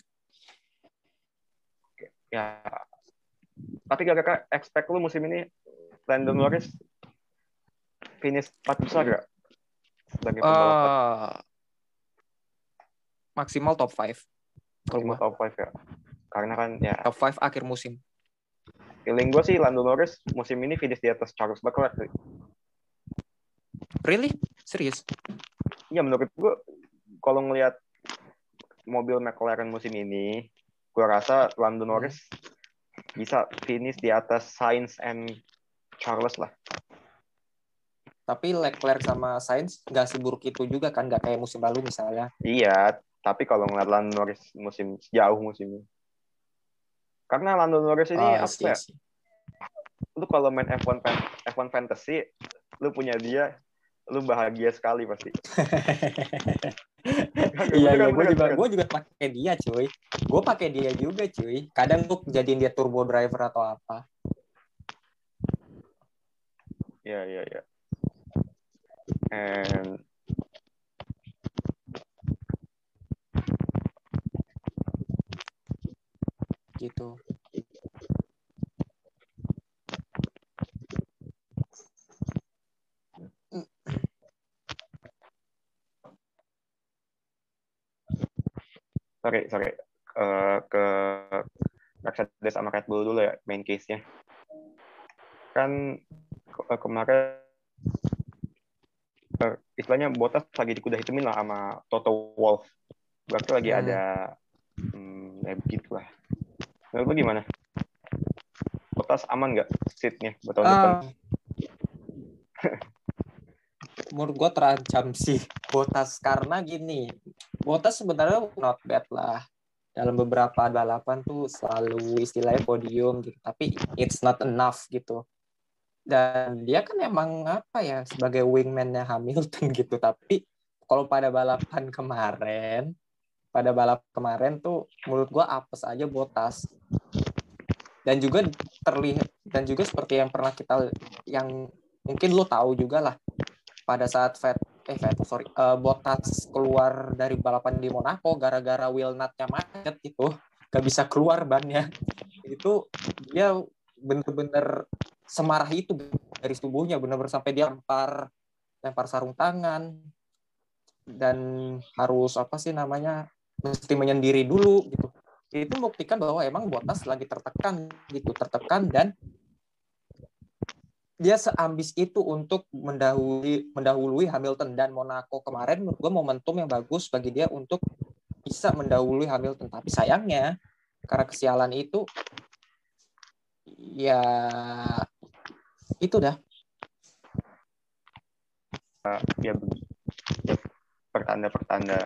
S4: Ya. Tapi kakak expect lu musim ini Lando Norris finish empat besar gak? Sebagai pembalap
S5: Uh, maksimal top lima kalau
S4: cuma
S5: gua.
S4: top lima ya. Karena kan ya
S5: Top lima akhir musim.
S4: feeling gue sih Lando Norris musim ini finish di atas Charles Leclerc.
S5: Really? Serius?
S4: Ya menurut gue kalau ngelihat mobil McLaren musim ini, gue rasa Lando Norris hmm. bisa finish di atas Sainz and Charles lah.
S5: Tapi Leclerc sama Sainz nggak seburuk itu juga kan, nggak kayak musim lalu misalnya.
S4: Iya, tapi kalau ngeliat Lando Norris musim jauh musim ini, karena Lando Norris ini
S5: oh,
S4: apa
S5: sih,
S4: ya?
S5: sih.
S4: Lu kalau main F satu F satu Fantasy, lu punya dia, lu bahagia sekali pasti.
S5: Iya iya, gue juga gue juga pakai dia cuy, gue pakai dia juga cuy. Kadang tuh jadiin dia turbo driver atau apa.
S4: Iya iya iya. And
S5: gitu.
S4: sorry sorry uh, ke Mercedes sama Red Bull dulu ya main case-nya. Kan ke- kemarin uh, istilahnya Bottas lagi dikuda hitumin lah sama Toto Wolff. Berarti lagi hmm. ada hmm, ya begitulah. Menurut lu gimana? Bottas aman nggak seatnya buat tahun depan?
S5: Uh, menurut gue terancam sih Bottas, karena gini, Bottas sebenarnya not bad lah. Dalam beberapa balapan tuh selalu istilahnya podium gitu, tapi it's not enough gitu. Dan dia kan emang apa ya, sebagai wingman-nya Hamilton gitu. Tapi kalau pada balapan kemarin, pada balap kemarin tuh menurut gue apes aja Bottas. Dan juga terlihat, dan juga seperti yang pernah kita, yang mungkin lo tahu juga lah, pada saat Vet, eh Vet, sorry, uh, Bottas keluar dari balapan di Monaco gara-gara wheel nut-nya macet itu, gak bisa keluar bannya. Itu dia bener-bener semarah itu dari tubuhnya, bener-bener sampai dia lempar, lempar sarung tangan dan harus apa sih namanya, mesti menyendiri dulu gitu. Itu membuktikan bahwa emang Bottas lagi tertekan gitu, tertekan dan dia seambis itu untuk mendahului mendahului Hamilton. Dan Monaco kemarin menurut gue momentum yang bagus bagi dia untuk bisa mendahului Hamilton. Tapi sayangnya karena kesialan itu ya itu dah.
S4: Uh, ya, ya pertanda-pertanda.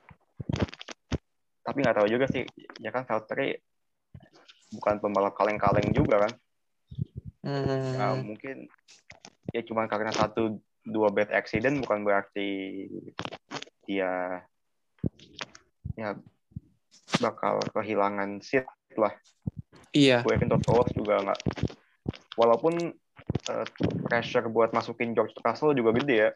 S4: Tapi nggak tahu juga sih. Ya kan Valtteri bukan pembalap kaleng-kaleng juga kan.
S5: Hmm.
S4: Ya, mungkin ya cuma karena satu dua bad accident bukan berarti dia ya bakal kehilangan seat lah.
S5: Iya.
S4: Gue yakin Toto Wolff juga nggak, walaupun uh, pressure buat masukin George Russell juga gede ya.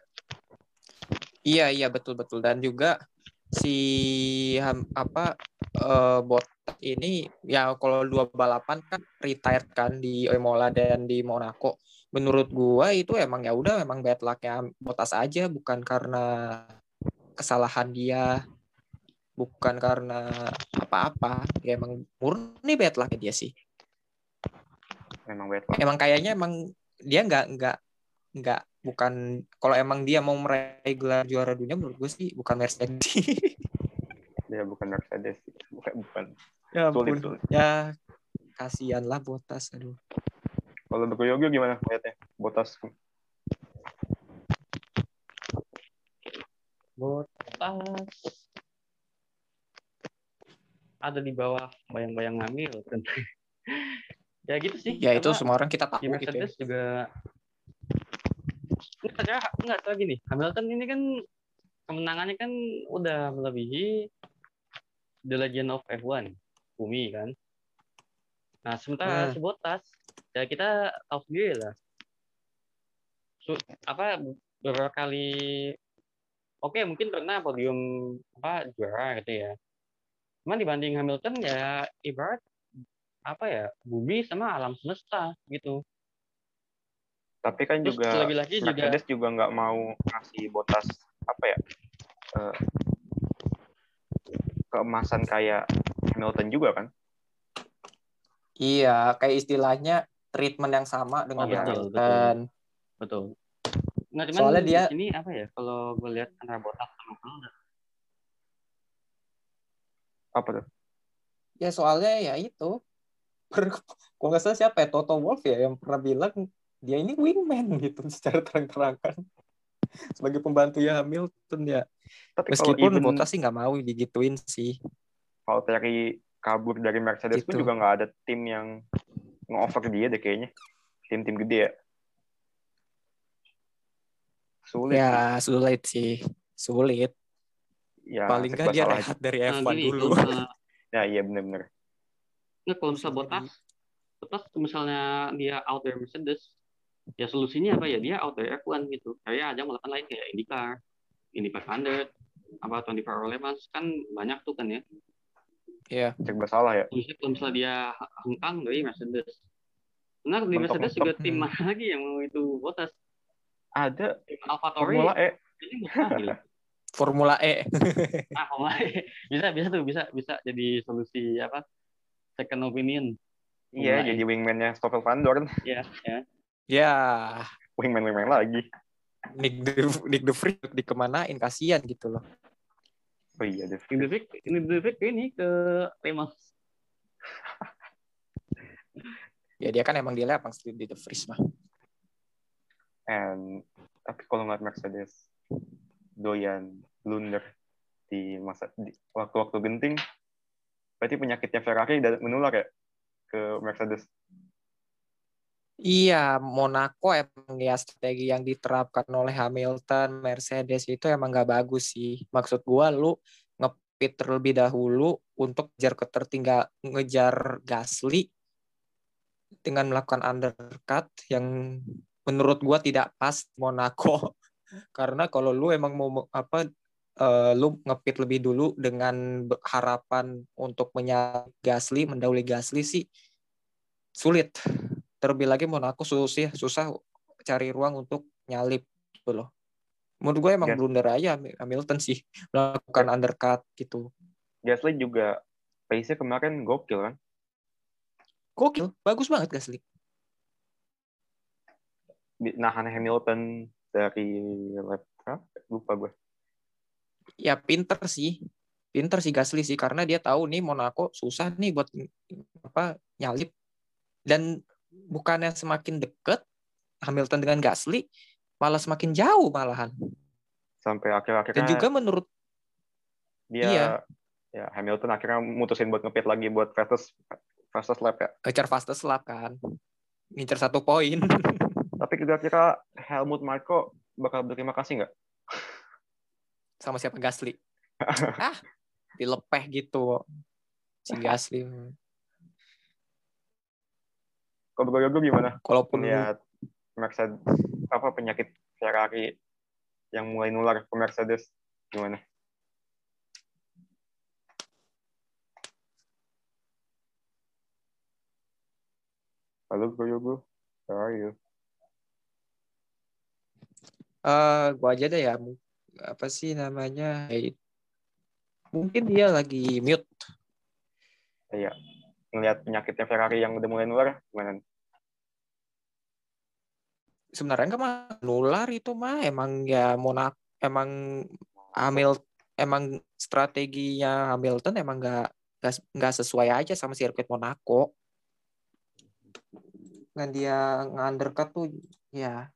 S5: Iya iya betul betul, dan juga si ham, apa uh, bot ini ya kalau dua balapan kan retired kan di Imola dan di Monaco. Menurut gua itu emang ya udah memang bad luck-nya Bottas aja, bukan karena kesalahan dia, bukan karena apa-apa. Ya emang murni bad luck-nya dia sih.
S4: Memang bad luck.
S5: Emang kayaknya emang dia nggak nggak nggak bukan kalau emang dia mau meraih gelar juara dunia menurut gue sih bukan Mercedes.
S4: Dia bukan Mercedes, bukan bukan.
S5: Ya
S4: Sulit,
S5: ampun.
S4: sulit.
S5: Ya kasihan lah Bottas, aduh.
S4: Kalau Bro Yogi gimana lihatnya? Bottas.
S6: Bottas ada di bawah bayang-bayang Hamilton. Ya gitu sih.
S5: Ya itu
S6: Karena
S5: semua orang kita
S6: di
S5: tahu gitu ya.
S6: Mercedes juga enggak enggak lagi nih. Hamilton ini kan kemenangannya kan udah melebihi The Legend of F satu, Bumi kan. Nah, sementara
S5: Hmm.
S6: si Bottas ya kita tahu sendiri lah. Su- apa beberapa kali oke mungkin pernah podium apa juara gitu ya. Cuman dibanding Hamilton ya ibarat apa ya bumi sama alam semesta gitu.
S4: Tapi kan
S6: Terus
S4: juga
S6: lagi-lagi juga
S4: Mercedes juga nggak mau ngasih Bottas apa ya eh, keemasan kayak Hamilton juga kan?
S5: Iya, kayak istilahnya treatment yang sama
S6: oh
S5: dengan
S4: Iya.
S6: betul betul
S5: Hamilton.
S6: betul. Nggak cuman
S5: Soalnya
S6: di
S5: dia
S6: sini apa ya kalau gue lihat antara Bottas sama Hamilton
S4: Apa tuh?
S5: ya soalnya ya itu. Kalau nggak salah siapa ya Toto Wolff ya yang pernah bilang dia ini wingman gitu secara terang-terangan sebagai pembantu ya Hamilton ya.
S4: Tapi kalau
S5: Meskipun
S4: even
S5: Bottas sih nggak mau digituin sih.
S4: Valtteri kabur dari Mercedes pun
S5: Gitu.
S4: juga nggak ada tim yang nge-offer dia deh kayaknya. Tim-tim gede ya. Sulit sih.
S5: Ya sulit sih, sulit.
S4: Ya,
S5: Paling nggak
S4: serba
S5: dia
S4: salah.
S5: rehat dari
S6: nah,
S5: F satu
S6: gini
S5: dulu.
S6: kalau misalnya
S4: Ya, iya benar-benar.
S6: nggak kalau misalnya
S5: Bisa
S6: Bottas Bottas misalnya dia out dari Mercedes ya solusinya apa ya dia out dari F satu gitu kayak ajang balapan lain kayak IndyCar Indy lima ratus apa dua puluh empat Hour Le Mans kan banyak tuh kan ya.
S5: Iya.
S4: Serba salah ya.
S6: Solusinya kalau misalnya dia hengkang dari Mercedes. Nah di Mercedes
S4: Mentok-mentok.
S6: juga tim
S5: Hmm.
S6: mana lagi yang mau itu Bottas?
S4: Ada
S6: Tim AlphaTauri
S4: Formula E.
S6: ini mustahil.
S5: Formula E.
S6: Ah, Formula E. bisa bisa tuh bisa bisa jadi solusi apa? Second opinion.
S4: Iya,
S6: Formula E.
S4: jadi wingman-nya Stoffel Van Dorn.
S6: Ya, ya.
S5: Ya,
S4: Wingman-wingman lagi.
S5: Nick de Nick de Vries dikemanain kasihan gitu loh.
S4: Oh iya, deh.
S6: Ini Devik, ini Devik ini ke Le Mans.
S5: Ya dia kan emang dia lapang di de Vries mah.
S4: And tapi kalau ngeliat Mercedes doyan blunder di masa di waktu-waktu genting, berarti penyakitnya Ferrari dan menular ya ke Mercedes.
S5: Iya, Monaco emang ya strategi yang diterapkan oleh Hamilton, Mercedes itu emang nggak bagus sih. Maksud gua lu ngepit terlebih dahulu untuk ngejar ketertinggal, ngejar Gasly dengan melakukan undercut yang menurut gua tidak pas Monaco. Karena kalau lu emang mau apa uh, lu ngepit lebih dulu dengan harapan untuk menyalip Gasly, mendahului Gasly sih sulit. Terlebih lagi Monaco susah susah cari ruang untuk nyalip gitu loh. Menurut gue emang
S4: Gas-
S5: blunder aja Hamilton sih melakukan undercut gitu.
S4: Gasly juga pace-nya kemarin gokil kan.
S5: Gokil, bagus banget Gasly.
S4: Nahan Hamilton dari lap berapa? Lupa gue.
S5: Ya pinter sih. Pinter sih Gasly sih karena dia tahu nih Monaco susah nih buat apa nyalip dan bukannya semakin deket Hamilton dengan Gasly malah semakin jauh malahan.
S4: Sampai akhir-akhirnya
S5: Dan juga menurut
S4: dia
S5: iya.
S4: ya Hamilton akhirnya mutusin buat ngepit lagi buat fastest fastest lap ya.
S5: ngejar fastest lap kan. Ngincer satu poin.
S4: Tapi kira-kira Helmut Marko bakal berterima kasih nggak?
S5: Sama siapa Gasly? ah, dilepeh gitu si Gasly.
S4: Kalau gue gimana?
S5: Kalaupun
S4: Lihat Mercedes apa penyakit Ferrari yang mulai nular ke Mercedes gimana? Halo Bro Yogo, how are you?
S5: Eh, gua aja deh ya. Mu- Apa sih namanya? Eh, Mungkin dia lagi mute.
S4: Iya, ngelihat penyakitnya Ferrari yang udah mulai nular, gimana?
S5: Sebenarnya nggak mah nular itu mah emang ya Monaco emang Hamil emang strateginya Hamilton emang nggak nggak nggak sesuai aja sama sirkuit Monaco. Dengan dia nge-undercut tuh ya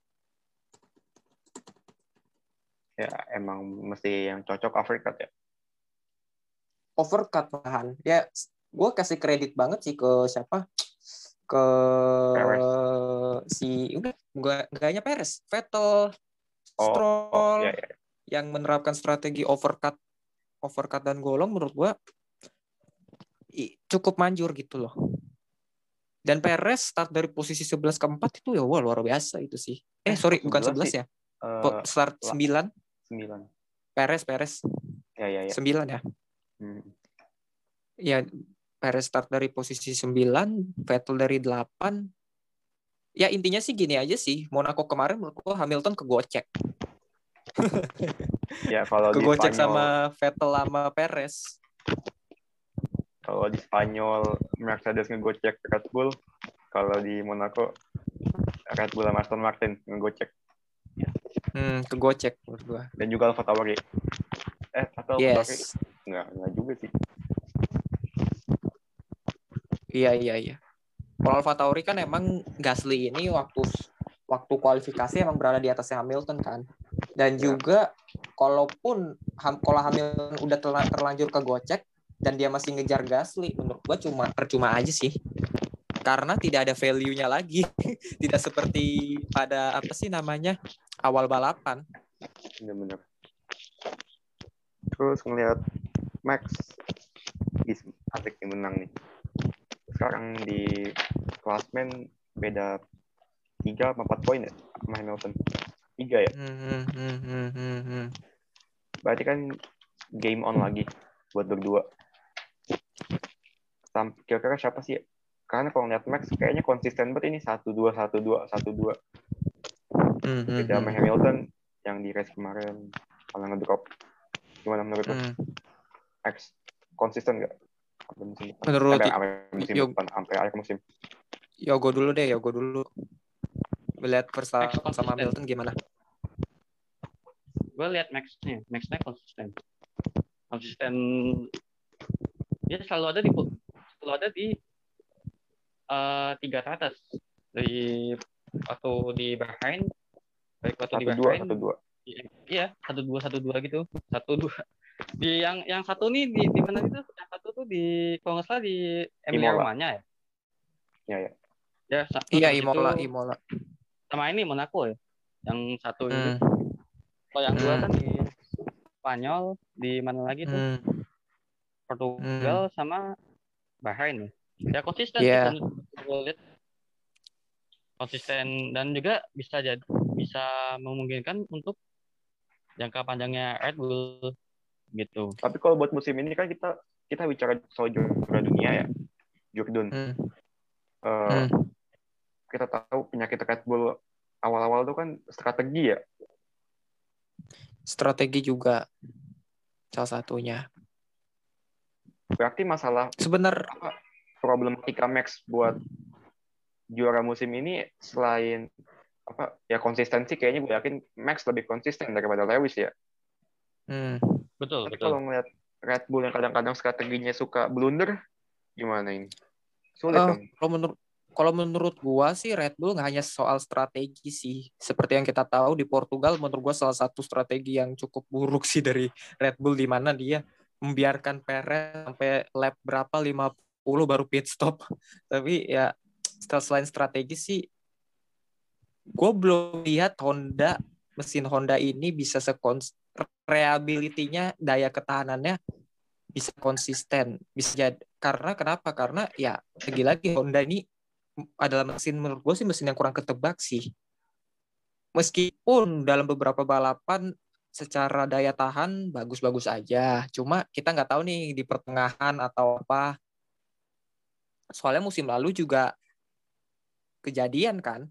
S4: Ya emang mesti yang cocok overcut ya.
S5: overcut malahan. Ya gue kasih kredit banget sih ke siapa? Ke
S4: Perez.
S5: si udah nggak nggak hanya Perez, Vettel,
S4: Oh,
S5: Stroll
S4: oh ya ya.
S5: yang menerapkan strategi overcut overcut dan golong menurut gue i- cukup manjur gitu loh. Dan Perez start dari posisi sebelas ke empat itu ya wah luar biasa itu sih. Eh,
S4: Eh,
S5: sorry
S4: kok
S5: bukan
S4: sebelas
S5: sebelas
S4: sih?
S5: ya.
S4: Eh,
S5: Start
S4: lah.
S5: sembilan.
S4: sembilan.
S5: Perez Perez
S4: Ya ya ya.
S5: sembilan ya.
S4: Hmm.
S5: Ya Perez start dari posisi sembilan, Vettel dari delapan. Ya intinya sih gini aja sih. Monaco kemarin menurut gua Hamilton kegocek.
S4: Ya kalau di
S5: Kegocek
S4: Spanyol,
S5: sama Vettel sama Perez.
S4: kalau di Spanyol Mercedes ngegocek Red Bull, kalau di Monaco Red Bull sama Aston Martin ngegocek.
S5: Hmm, kegocek menurut gua.
S4: Dan juga Alfa Tauri. Eh, atau Alfa Tauri?
S5: Yes.
S4: Enggak, enggak juga sih.
S5: Iya iya iya. Kalau Alfa Tauri kan emang Gasly ini waktu waktu kualifikasi emang berada di atasnya Hamilton kan. Dan
S4: Ya.
S5: juga kalaupun ham, kalau Hamilton udah terla- terlanjur kegocek dan dia masih ngejar Gasly, menurut gua cuma percuma aja sih. Karena tidak ada value-nya lagi. Tidak seperti pada apa sih namanya? Awal balapan.
S4: Bener-bener. Terus ngelihat Max, is asik nih menang nih. Sekarang di klasmen beda tiga sama empat poin ya sama Hamilton. tiga ya.
S5: Hmm, hmm, hmm, hmm, hmm, hmm.
S4: Berarti kan game on lagi buat berdua. Sam, kira-kira siapa sih? Karena kalau ngeliat Max kayaknya konsisten banget ini satu dua satu dua satu dua.
S5: Hmm, hmm,
S4: Beda sama
S5: hmm.
S4: Hamilton yang di race kemarin malah ngedrop. Gimana menurut lo?
S5: Hmm.
S4: Max konsisten nggak? Sampai musim depan.
S5: Menurut
S4: Sampai, sampai musim
S5: Yo,
S4: depan, sampai akhir musim.
S5: Yogo dulu deh, Yogo dulu. Melihat Verstappen
S6: Max
S5: sama
S6: konsisten.
S5: Hamilton gimana?
S6: Gue lihat Max-nya, Max-nya konsisten. Konsisten. Dia selalu ada di selalu ada di uh, tiga teratas. Dari waktu di Bahrain, baik waktu di
S4: Satu dua,
S6: Bahrain.
S4: satu dua.
S6: Iya, satu dua satu dua gitu. Satu dua. Di yang yang satu nih di di mana itu? Yang satu tuh di kalau nggak salah di Emilia
S4: Imola.
S6: Romagna ya.
S4: Ya ya.
S6: Ya, sa-
S5: Iya,
S6: habis
S5: Imola,
S6: itu
S5: Imola.
S6: sama ini Monaco ya. Yang satu itu.
S5: Hmm.
S6: Kalau yang dua
S5: Hmm.
S6: kan di Spanyol, di mana lagi tuh?
S5: Hmm.
S6: Portugal
S5: Hmm.
S6: sama Bahrain ya. Ya konsisten
S5: Iya.
S6: sih gue lihat. Konsisten dan juga bisa jadi bisa memungkinkan untuk jangka panjangnya Red Bull gitu.
S4: Tapi kalau buat musim ini kan kita kita bicara soal juara dunia ya, Jordan.
S5: Hmm.
S4: Uh,
S5: Hmm.
S4: Kita tahu penyakit Red Bull awal-awal itu kan strategi ya.
S5: Strategi juga salah satunya.
S4: Berarti masalah
S5: Sebenarnya
S4: apa problematika Max buat juara musim ini selain apa ya konsistensi kayaknya gue yakin Max lebih konsisten daripada Lewis ya.
S5: hmm.
S6: Betul,
S4: Tapi
S6: betul.
S4: kalau ngeliat Red Bull yang kadang-kadang strateginya suka blunder, gimana ini? Sulit
S5: Uh,
S4: dong.
S5: kalau menurut kalau menurut gua sih Red Bull nggak hanya soal strategi sih. Seperti yang kita tahu di Portugal, menurut gua salah satu strategi yang cukup buruk sih dari Red Bull di mana dia membiarkan Perez sampai lap berapa lima puluh baru pit stop. Tapi ya selain strategi sih, gue belum lihat Honda mesin Honda ini bisa sekons reliability-nya, daya ketahanannya bisa konsisten, bisa jadi karena kenapa? Karena ya lagi-lagi Honda ini adalah mesin menurut gue sih mesin yang kurang ketebak sih. Meskipun dalam beberapa balapan secara daya tahan bagus-bagus aja, cuma kita nggak tahu nih di pertengahan atau apa. Soalnya musim lalu juga kejadian kan.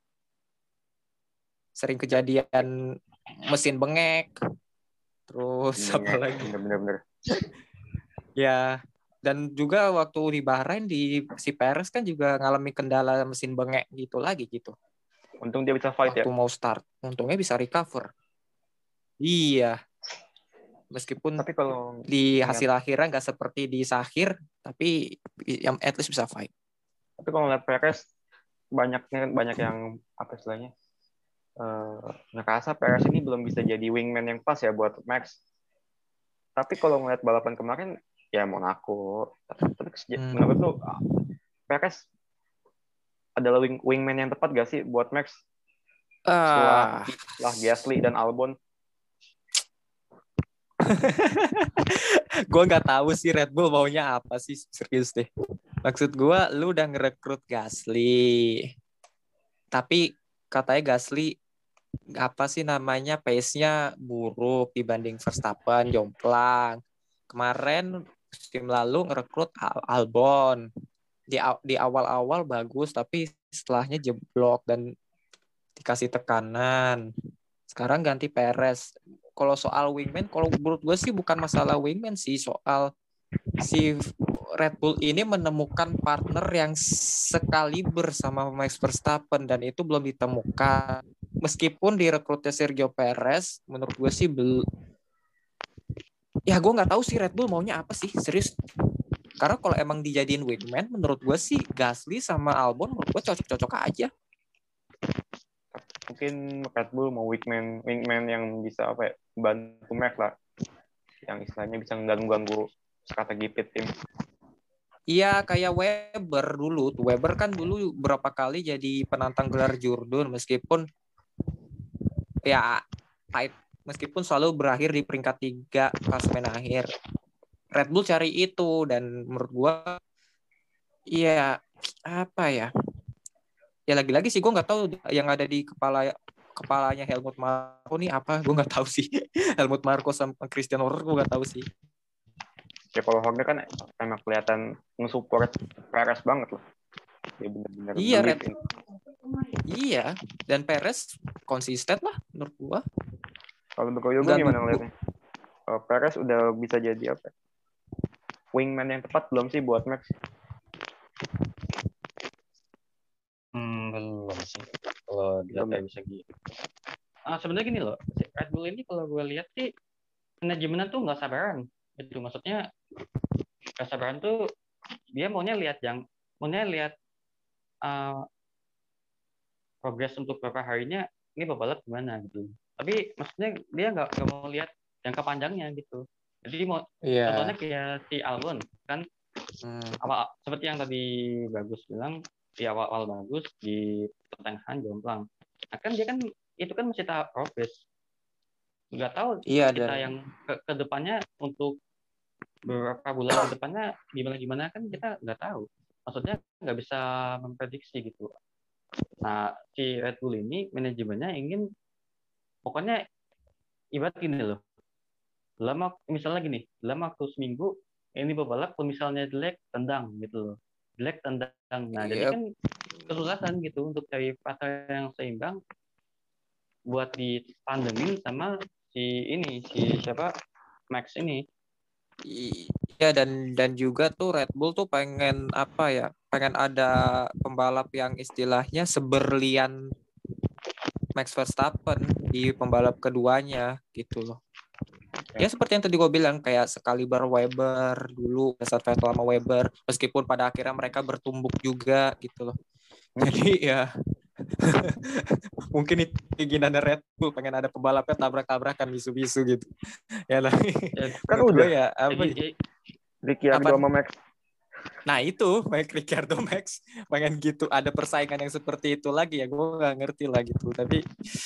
S5: Sering kejadian mesin bengek. Terus apa lagi?
S4: Bener-bener.
S5: Ya, dan juga waktu di Bahrain di si Perez kan juga ngalami kendala mesin bengek gitu lagi gitu.
S4: Untung dia bisa fight
S5: Waktu
S4: ya.
S5: mau start, untungnya bisa recover. Iya. Meskipun
S4: Tapi kalau
S5: di
S4: ngeliat-
S5: hasil akhirnya nggak seperti di Sahir, tapi yang at least bisa fight.
S4: tapi kalau ngeliat Perez banyaknya banyak yang apa istilahnya? Eh, ngerasa Perez ini belum bisa jadi wingman yang pas ya buat Max. Tapi kalau ngeliat balapan kemarin ya Monaco, tapi
S5: Hmm.
S4: menurut lu Perez adalah wing, wingman yang tepat gak sih buat Max setelah
S5: Ah,
S4: setelah Gasly dan Albon?
S5: gue nggak tahu sih Red Bull maunya apa sih, serius deh. Maksud gue, lu udah ngerekrut Gasly, tapi katanya Gasly apa sih namanya pace-nya buruk dibanding Verstappen, jomplang. Kemarin musim lalu ngerekrut Al- Albon di aw- di awal-awal bagus, tapi setelahnya jeblok dan dikasih tekanan. Sekarang ganti Perez. Kalau soal wingman, kalau menurut gue sih bukan masalah wingman sih, soal si Red Bull ini menemukan partner yang sekaliber sama Max Verstappen dan itu belum ditemukan. Meskipun direkrutnya Sergio Perez, menurut gue sih belum. Ya gue nggak tahu sih Red Bull maunya apa sih, serius. Karena kalau emang dijadiin wingman, menurut gue sih Gasly sama Albon menurut gue cocok-cocok aja.
S4: Mungkin Red Bull mau wingman wingman yang bisa apa ya, bantu Max lah, yang istilahnya bisa mengganggu-ganggu strategi pit tim.
S5: Iya, kayak Weber dulu. Tuh Weber kan dulu berapa kali jadi penantang gelar Jordan meskipun ya fight, meskipun selalu berakhir di peringkat tiga klasemen akhir. Red Bull cari itu dan menurut gua iya apa ya? Ya lagi-lagi sih gue nggak tahu yang ada di kepala kepalanya Helmut Marko nih apa, gue nggak tahu sih. Helmut Marko sama Christian Horner gue nggak tahu sih.
S4: Ya kalau Horner kan emang kelihatan nge-support Perez banget loh. Dia bener-bener
S5: Iya,
S4: believe
S5: Red.
S4: in.
S5: Iya, dan Perez konsisten lah menurut gue.
S4: Kalau untuk Yogo
S5: Nggak
S4: gimana
S5: nunggu.
S4: ngeliatnya? Uh, Perez udah bisa jadi apa? Wingman yang tepat belum sih buat Max?
S6: Hmm, belum sih. Kalau dilihat
S4: Belum ya?
S6: kayak bisa gitu. Ah, sebenarnya gini loh, si Red Bull ini kalau gue lihat sih manajemennya tuh nggak sabaran. Itu maksudnya nggak sabaran tuh dia maunya lihat yang maunya lihat uh, progres untuk beberapa harinya ini pebalap gimana gitu. Tapi maksudnya dia nggak nggak mau lihat jangka panjangnya gitu. Jadi mau
S5: Iya.
S6: contohnya kayak si Albon kan
S5: Hmm.
S6: awal seperti yang tadi Bagus bilang di awal-awal bagus di pertengahan jomplang. Nah, kan dia kan itu kan masih tahap progres. Nggak tahu
S5: Iya,
S6: kita
S5: dan
S6: yang ke, ke depannya untuk beberapa bulan ke depannya gimana gimana kan kita nggak tahu. Maksudnya nggak bisa memprediksi gitu. Nah, si Red Bull ini manajemennya ingin pokoknya ibarat gini loh. Dalam wak- misalnya gini, dalam waktu seminggu ini pebalap kalau misalnya jelek tendang gitu loh. Jelek tendang. Nah, jadi
S5: Yep.
S6: kan kesulitan gitu untuk cari partner yang seimbang buat ditandemin sama si ini si siapa Max ini.
S5: Iya, dan dan juga tuh Red Bull tuh pengen apa ya? Pengen ada pembalap yang istilahnya seberlian Max Verstappen di pembalap keduanya gitu loh. Ya seperti yang tadi gue bilang, kayak sekaliber Weber dulu, saat Vettel sama Weber, meskipun pada akhirnya mereka bertumbuk juga gitu loh. Jadi ya mungkin itu keinginannya Red Bull, pengen ada pembalapnya tabrak-tabrakan bisu-bisu gitu. Ya lah.
S4: Kan
S5: Menurut
S4: udah.
S5: gue ya apa?
S6: Jadi, jadi,
S4: Ricciardo
S5: Apa?
S4: sama Max.
S5: Nah itu Mike Ricciardo Max pengen gitu, ada persaingan yang seperti itu lagi ya, gue nggak ngerti lah gitu. Tapi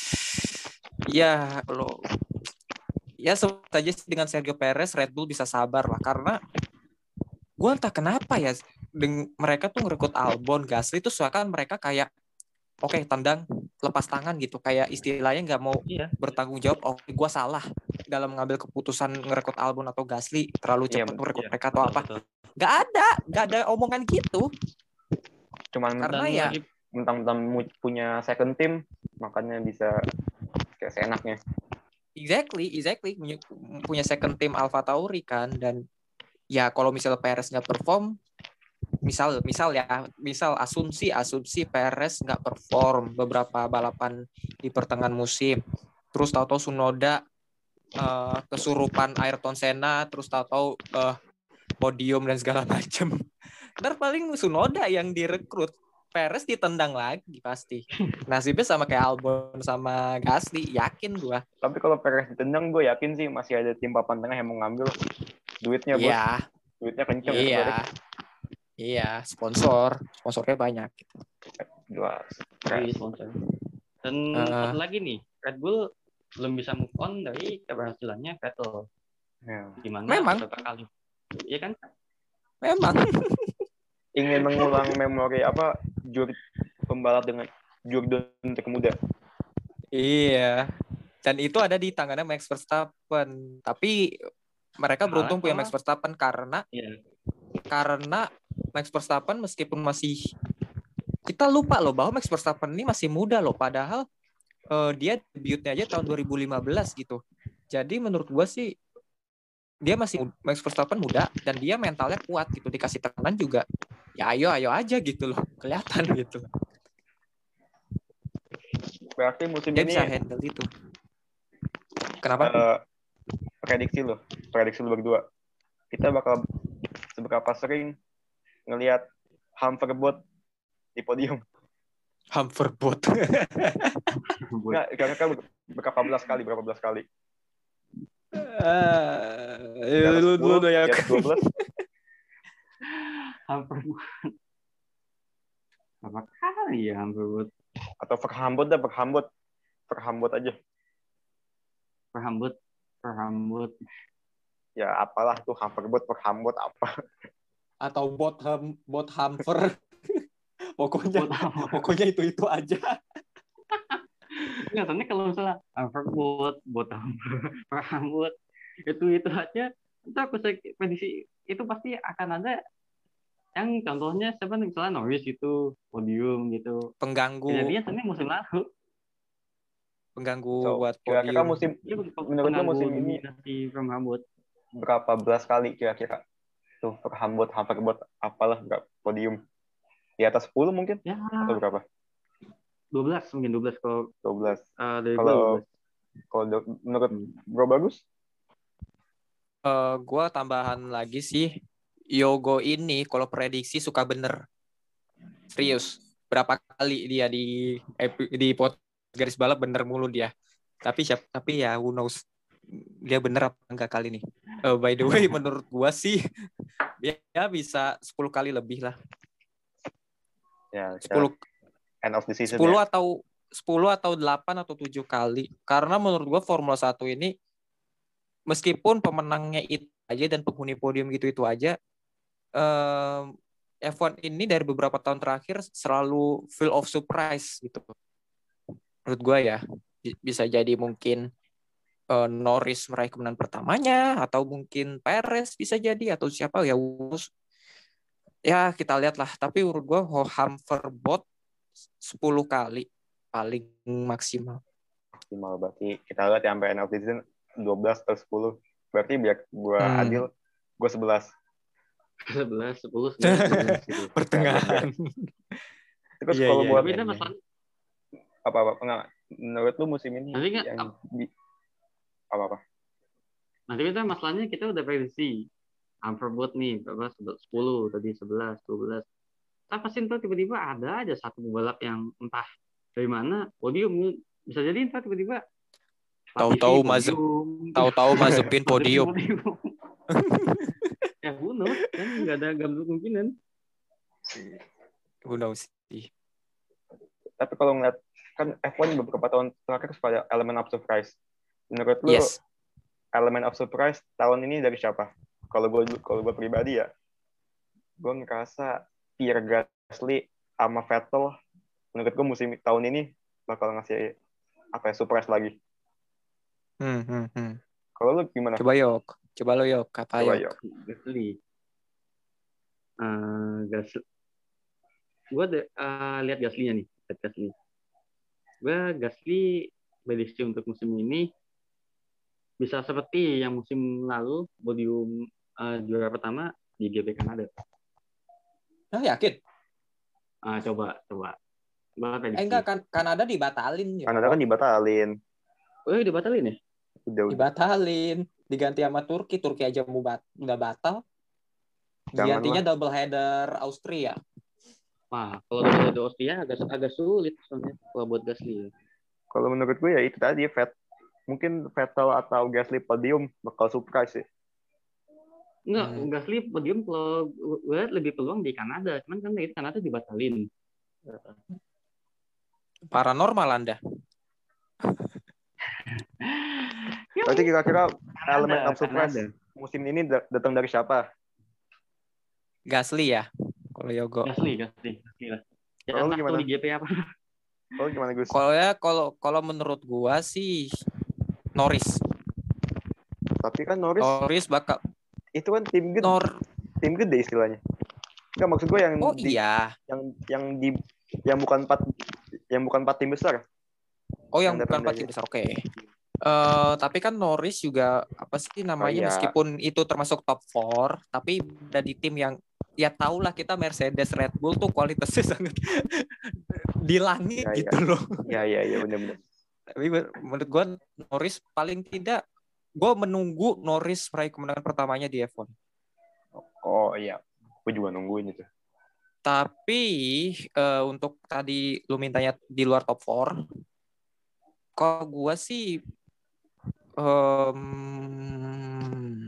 S5: ya kalau ya sebut aja sih dengan Sergio Perez Red Bull bisa sabar lah, karena gue entah kenapa ya deng- mereka tuh ngerekrut Albon, Gasly itu seakan mereka kayak oke okay, tendang lepas tangan gitu, kayak istilahnya nggak mau
S6: iya.
S5: bertanggung jawab. Oh gue salah dalam mengambil keputusan ngerekrut Albon atau Gasly, terlalu
S4: Iya,
S5: cepat merekrut
S6: iya,
S5: mereka atau
S6: betul,
S5: apa.
S6: betul.
S5: Nggak ada, nggak ada omongan gitu.
S4: Cuman
S5: Karena
S6: Dan
S5: ya
S6: lagi
S4: mentang-mentang mu- punya second team, makanya bisa kayak seenaknya.
S5: Exactly, exactly punya, punya second team Alpha Tauri kan, dan ya kalau misalnya Perez nggak perform, misal misal ya, misal asumsi asumsi Perez nggak perform beberapa balapan di pertengahan musim, terus tahu-tahu Tsunoda uh, kesurupan Ayrton Senna, terus tahu-tahu uh, podium dan segala macam. Ntar paling Tsunoda yang direkrut, Perez ditendang lagi pasti. Nasibnya sama kayak Albon sama Gasly, yakin gua.
S4: Tapi kalau Perez ditendang, gue yakin sih masih ada tim papan tengah yang mau ngambil duitnya, bos.
S5: Iya,
S4: Duitnya kenceng.
S5: iya, iya, sponsor, sponsornya banyak.
S4: Dua.
S6: Dari sponsor. Dan
S5: Uh.
S6: satu lagi nih, Red Bull belum bisa move on dari keberhasilannya Vettel.
S4: Ya.
S6: Gimana
S5: Memang.
S6: beberapa kali. Iya kan?
S5: Memang.
S4: Ingin mengulang memori apa jur pembalap dengan Jordan termuda.
S5: Iya. Dan itu ada di tangannya Max Verstappen. Tapi mereka beruntung punya Max Verstappen karena
S6: iya.
S5: karena Max Verstappen meskipun masih, kita lupa loh bahwa Max Verstappen ini masih muda loh, padahal uh, dia debutnya aja tahun dua ribu lima belas gitu. Jadi menurut gua sih dia masih, Max Verstappen muda dan dia mentalnya kuat gitu, dikasih tekanan juga ya ayo ayo aja gitu loh, kelihatan gitu.
S4: Berarti musim
S5: dia
S4: ini
S5: bisa handle itu. Kenapa?
S4: Uh, prediksi lo, prediksi lo berdua, kita bakal seberapa sering ngelihat hoverboard di podium?
S5: Hoverboard.
S4: Nggak, kira-kira berapa belas kali, berapa belas kali?
S5: Uh, lu lu udah ya
S4: dua belas.
S6: Hoverboard. Berapa kali ya hoverboard?
S4: Atau verhambot dah, verhambot. Verhambot aja.
S6: Verhambot, verhambot.
S4: Ya apalah tuh hoverboard, verhambot apa?
S5: Atau bot ham, bot hamper. pokoknya pokoknya itu itu aja.
S6: Nggak, soalnya kalau misalnya hoverboard, bot hamper, verhambot, itu itu aja, itu aku prediksi itu pasti akan ada yang contohnya siapa nih, misalnya Norris itu podium gitu,
S5: pengganggu,
S6: kejadian sebenarnya musim lalu,
S5: pengganggu
S4: so,
S5: buat
S4: kira-kira
S5: podium.
S4: musim,
S6: ya,
S4: menurut lo musim ini
S6: verhambot
S4: berapa belas kali kira-kira tuh verhambot, hoverboard apalah nggak podium di atas sepuluh mungkin
S6: ya,
S4: atau berapa?
S6: dua belas mungkin, dua belas kalau
S4: dua belas.
S6: Uh,
S4: kalau kalau menurut Bro Bagus?
S5: Uh, gua tambahan lagi sih, Yogo ini kalau prediksi suka bener. Serius. Berapa kali dia di di pot garis balap bener mulu dia. Tapi siap tapi ya who knows dia bener apa enggak kali nih. Uh, by the way menurut gua sih dia bisa sepuluh kali lebih lah.
S4: Ya,
S5: sepuluh
S4: end of the season
S5: sepuluh
S4: ya?
S5: atau sepuluh atau delapan atau tujuh kali. Karena menurut gua Formula satu ini meskipun pemenangnya itu aja dan penghuni podium gitu-itu aja, um, F satu ini dari beberapa tahun terakhir selalu full of surprise gitu. Menurut gue ya, bisa jadi mungkin uh, Norris meraih kemenangan pertamanya, atau mungkin Perez bisa jadi, atau siapa ya, ya kita lihat lah. Tapi menurut gue hoverboard sepuluh kali paling maksimal.
S4: Maksimal berarti kita lihat yang sampai end of the season dua belas atau sepuluh. Berarti biar gue hmm. adil, gue sebelas.
S6: sebelas, sepuluh, sebelas gitu.
S5: Pertengahan.
S4: Terus
S5: yeah,
S4: kalau
S5: yeah,
S4: buat
S6: yeah, yeah.
S4: apa-apa enggak menurut lu musim ini
S6: nanti kan,
S4: yang di, apa-apa?
S6: Nanti kita masalahnya kita udah prediksi hoverboard nih berapa, sepuluh tadi, sebelas, dua belas. Tapi pasti tuh tiba-tiba ada aja satu pembalap yang entah dari mana podium, bisa jadi entah tiba-tiba
S5: tahu-tahu masuk tahu-tahu masukin podium.
S6: Ya who knows, kan nggak ada nggak kemungkinan.
S5: Who knows sih.
S4: Tapi kalau ngeliat kan F satu beberapa tahun terakhir suka ada elemen of surprise. Menurut lu
S5: yes.
S4: elemen of surprise tahun ini dari siapa? Kalau gue kalau gue pribadi ya, gue ngerasa Pierre Gasly sama Vettel. Menurut gue musim tahun ini bakal ngasih apa ya, surprise lagi.
S5: Hmm, hmm, hmm.
S4: Kalau lu gimana?
S5: Coba Yok, coba lo Yok, kata Yok.
S6: Gasly, uh, Gasly, gue uh, lihat Gasly-nya nih, lihat Gasly. Gue Gasly prediksi untuk musim ini bisa seperti yang musim lalu podium uh, juara pertama di G P Kanada.
S5: Nah, yakin?
S6: Ah, coba, coba. Coba prediksi.
S5: Eh enggak kan Kanada dibatalin ya.
S4: Kanada kan dibatalin.
S6: Oh, dibatalin ya?
S4: Udah, udah.
S5: Dibatalin, diganti sama Turki. Turki aja mau bat udah batal. Digantinya double header Austria.
S6: Wah, kalau double header Austria agak agak sulit soalnya kalau buat Gasly.
S4: Kalau menurut gue ya itu tadi Vet. Mungkin Vettel atau Gasly podium bakal surprise sih.
S6: Enggak,
S5: Hmm.
S6: Gasly podium kalau gue lihat lebih peluang di Kanada. Cuman kan itu Kanada dibatalin.
S5: Paranormal Anda.
S4: Berarti kira-kira elemen of
S6: Kanada.
S4: surprise musim ini dat- datang dari siapa?
S5: Gasly ya. Kalau Yogo.
S6: Gasly, Gasly, Gasly lah. Ya
S4: Kalau lu
S6: entah
S4: gimana?
S6: tuh di G P apa.
S4: Oh gimana Gus?
S5: Kalau ya kalau kalau menurut gua sih Norris.
S4: Tapi kan Norris
S5: Norris bakal
S4: itu kan tim gede,
S5: Nor
S4: tim gede istilahnya. Enggak maksud gue yang
S5: Oh
S4: di,
S5: iya.
S4: yang yang di yang bukan empat yang bukan empat tim besar.
S5: Oh yang,
S4: Yang
S5: bukan
S4: datang
S5: empat
S4: dari-
S5: tim besar. Oke. Eh tapi kan Norris juga apa sih namanya
S4: Oh, iya.
S5: meskipun itu termasuk top empat tapi udah di tim yang ya tau lah kita Mercedes Red Bull tuh kualitasnya sangat di langit
S4: Ya,
S5: gitu
S4: ya.
S5: loh.
S4: Iya iya iya benar-benar.
S5: Tapi menurut gue Norris paling tidak gue menunggu Norris meraih kemenangan pertamanya di F satu.
S4: Oh iya, gue juga nungguin itu.
S5: Tapi eh, untuk tadi lu mintanya di luar top empat, kalau gue sih um,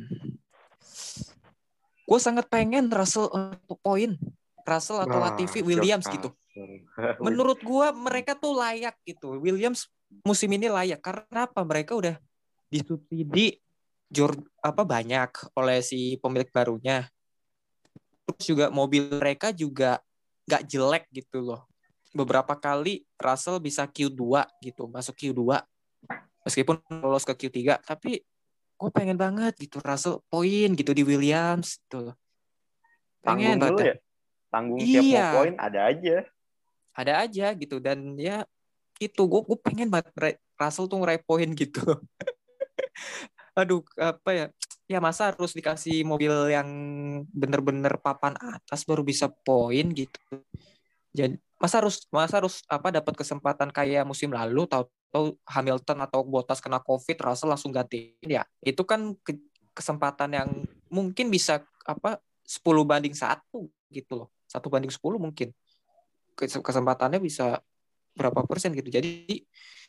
S5: gue sangat pengen Russell untuk poin. Russell atau
S4: Wah,
S5: Latifi, Williams
S4: George
S5: gitu.
S4: Russell.
S5: Menurut gue mereka tuh layak gitu. Williams musim ini layak karena apa? Mereka udah disubsidi jor apa banyak oleh si pemilik barunya. Terus juga mobil mereka juga nggak jelek gitu loh. Beberapa kali Russell bisa Q dua gitu, masuk Q dua. Meskipun lolos ke Q tiga, tapi gue pengen banget gitu Russell poin gitu di Williams gitu loh. Pengen
S4: Tanggung dulu
S5: banget.
S4: ya. Tanggung
S5: Iya.
S4: tiap mau poin ada aja.
S5: Ada aja gitu dan ya itu gue gue pengen banget Russell tuh ngeraih poin gitu. Aduh apa ya? Ya masa harus dikasih mobil yang bener-bener papan atas baru bisa poin gitu. Jadi masa harus masa harus apa dapat kesempatan kayak musim lalu tahu-tahu Hamilton atau Bottas kena Covid Russell langsung gantiin ya. Itu kan ke- kesempatan yang mungkin bisa apa sepuluh banding satu gitu loh. satu banding sepuluh mungkin. Kes- Kesempatannya bisa berapa persen gitu. Jadi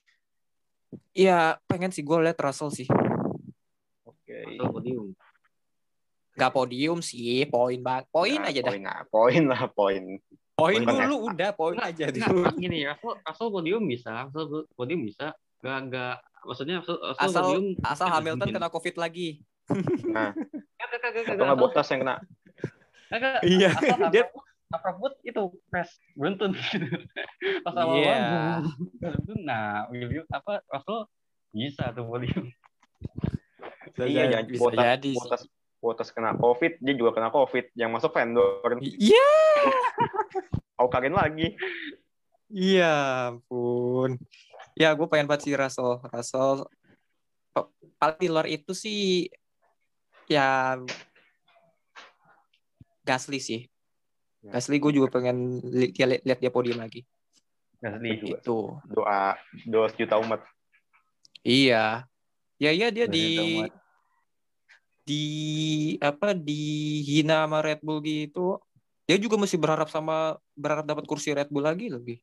S5: ya pengen sih gue lihat Russell sih.
S4: Oke.
S6: Atau podium.
S5: Gak podium sih, poin banget. Poin
S4: Ya,
S5: aja dah.
S4: Poin lah, poin lah, poin.
S5: Poin
S4: Bukan
S5: dulu
S4: ya.
S5: udah, poin
S6: Enggak,
S5: aja
S6: enggak,
S5: dulu.
S6: gini, Russell, Russell podium bisa, Russell podium bisa. Enggak, enggak, maksudnya Russell, Russell
S5: Asal
S6: podium
S5: asal
S6: mungkin,
S5: Hamilton
S6: mungkin.
S5: kena Covid lagi.
S4: Nah,
S6: Enggak, enggak, enggak,
S4: atau
S6: enggak,
S4: nggak
S6: Russell-
S4: Bottas yang kena.
S6: enggak,
S5: Iya,
S6: asal
S5: dia-
S6: Hamilton- Hamilton itu press beruntun gitu. Pas awal
S5: Iya.
S6: beruntun, nah William apa Russell bisa tuh podium.
S4: Iya, jangan
S5: bisa
S4: Bottas,
S5: jadi sih.
S4: Bottas, Bottas kena COVID, dia juga kena COVID. Yang masuk vendor.
S5: Iya.
S4: Mau kalian lagi.
S5: Iya, ampun. Ya, gue pengen banget sih Russell. Russell pa- paling di luar itu sih ya Gasly sih.
S4: Ya.
S5: Gasly gue juga pengen li- dia lihat lihat dia podium lagi.
S6: Gasly
S4: juga.
S5: Itu.
S4: Doa, doa sejuta umat.
S5: Iya. Ya iya dia
S6: Doa
S5: di
S6: sejuta umat.
S5: di apa dihina sama Red Bull gitu. Dia juga masih berharap sama berharap dapat kursi Red Bull lagi lebih.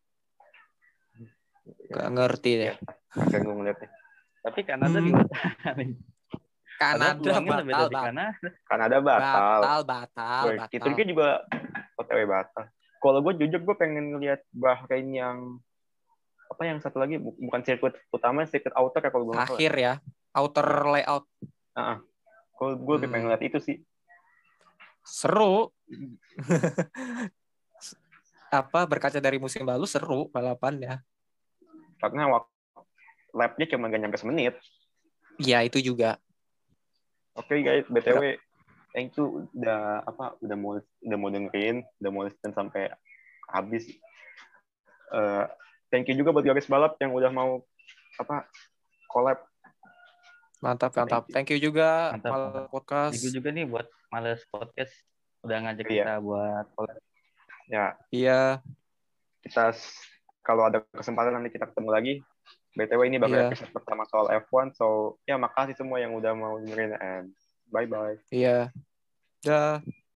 S5: Gak ngerti deh.
S4: Akan gue ngeliatnya.
S6: Tapi Kanada
S5: Hmm.
S6: gimana?
S5: Kanada
S6: peluangnya lebih
S5: batal,
S6: dari
S5: batal,
S6: Kanada.
S4: Kanada batal.
S5: batal, batal,
S4: Woi,
S5: batal.
S4: itu dia juga O T W batal. Kalau gue jujur gue pengen ngeliat Bahrain yang apa yang satu lagi bu- bukan sirkuit utama, sirkuit outer ya kalau gue nggak salah.
S5: Akhir ya, outer layout
S4: Nah, kalau gue
S5: Hmm.
S4: pengen ngeliat itu sih.
S5: seru. Apa berkaca dari musim lalu seru balapannya.
S4: Karena waktu lapnya cuma gak nyampe semenit.
S5: Ya itu juga.
S4: Oke guys, B T W yang itu udah apa udah mau udah mau dengerin, udah mau listen sampai habis. Uh, thank you juga buat Garis Balap yang udah mau apa collab.
S5: Mantap, mantap. Thank you juga
S7: Mantap.
S5: Mal Podcast.
S7: Thank you juga nih buat Males Podcast udah ngajak
S4: Iya.
S7: kita buat collab.
S4: Ya,
S5: Iya,
S4: kita s- kalau ada kesempatan nanti kita ketemu lagi. B T W ini baru
S5: Iya.
S4: episode pertama soal F satu, so ya makasih semua yang udah mau dengerin and bye bye.
S5: iya. Dah.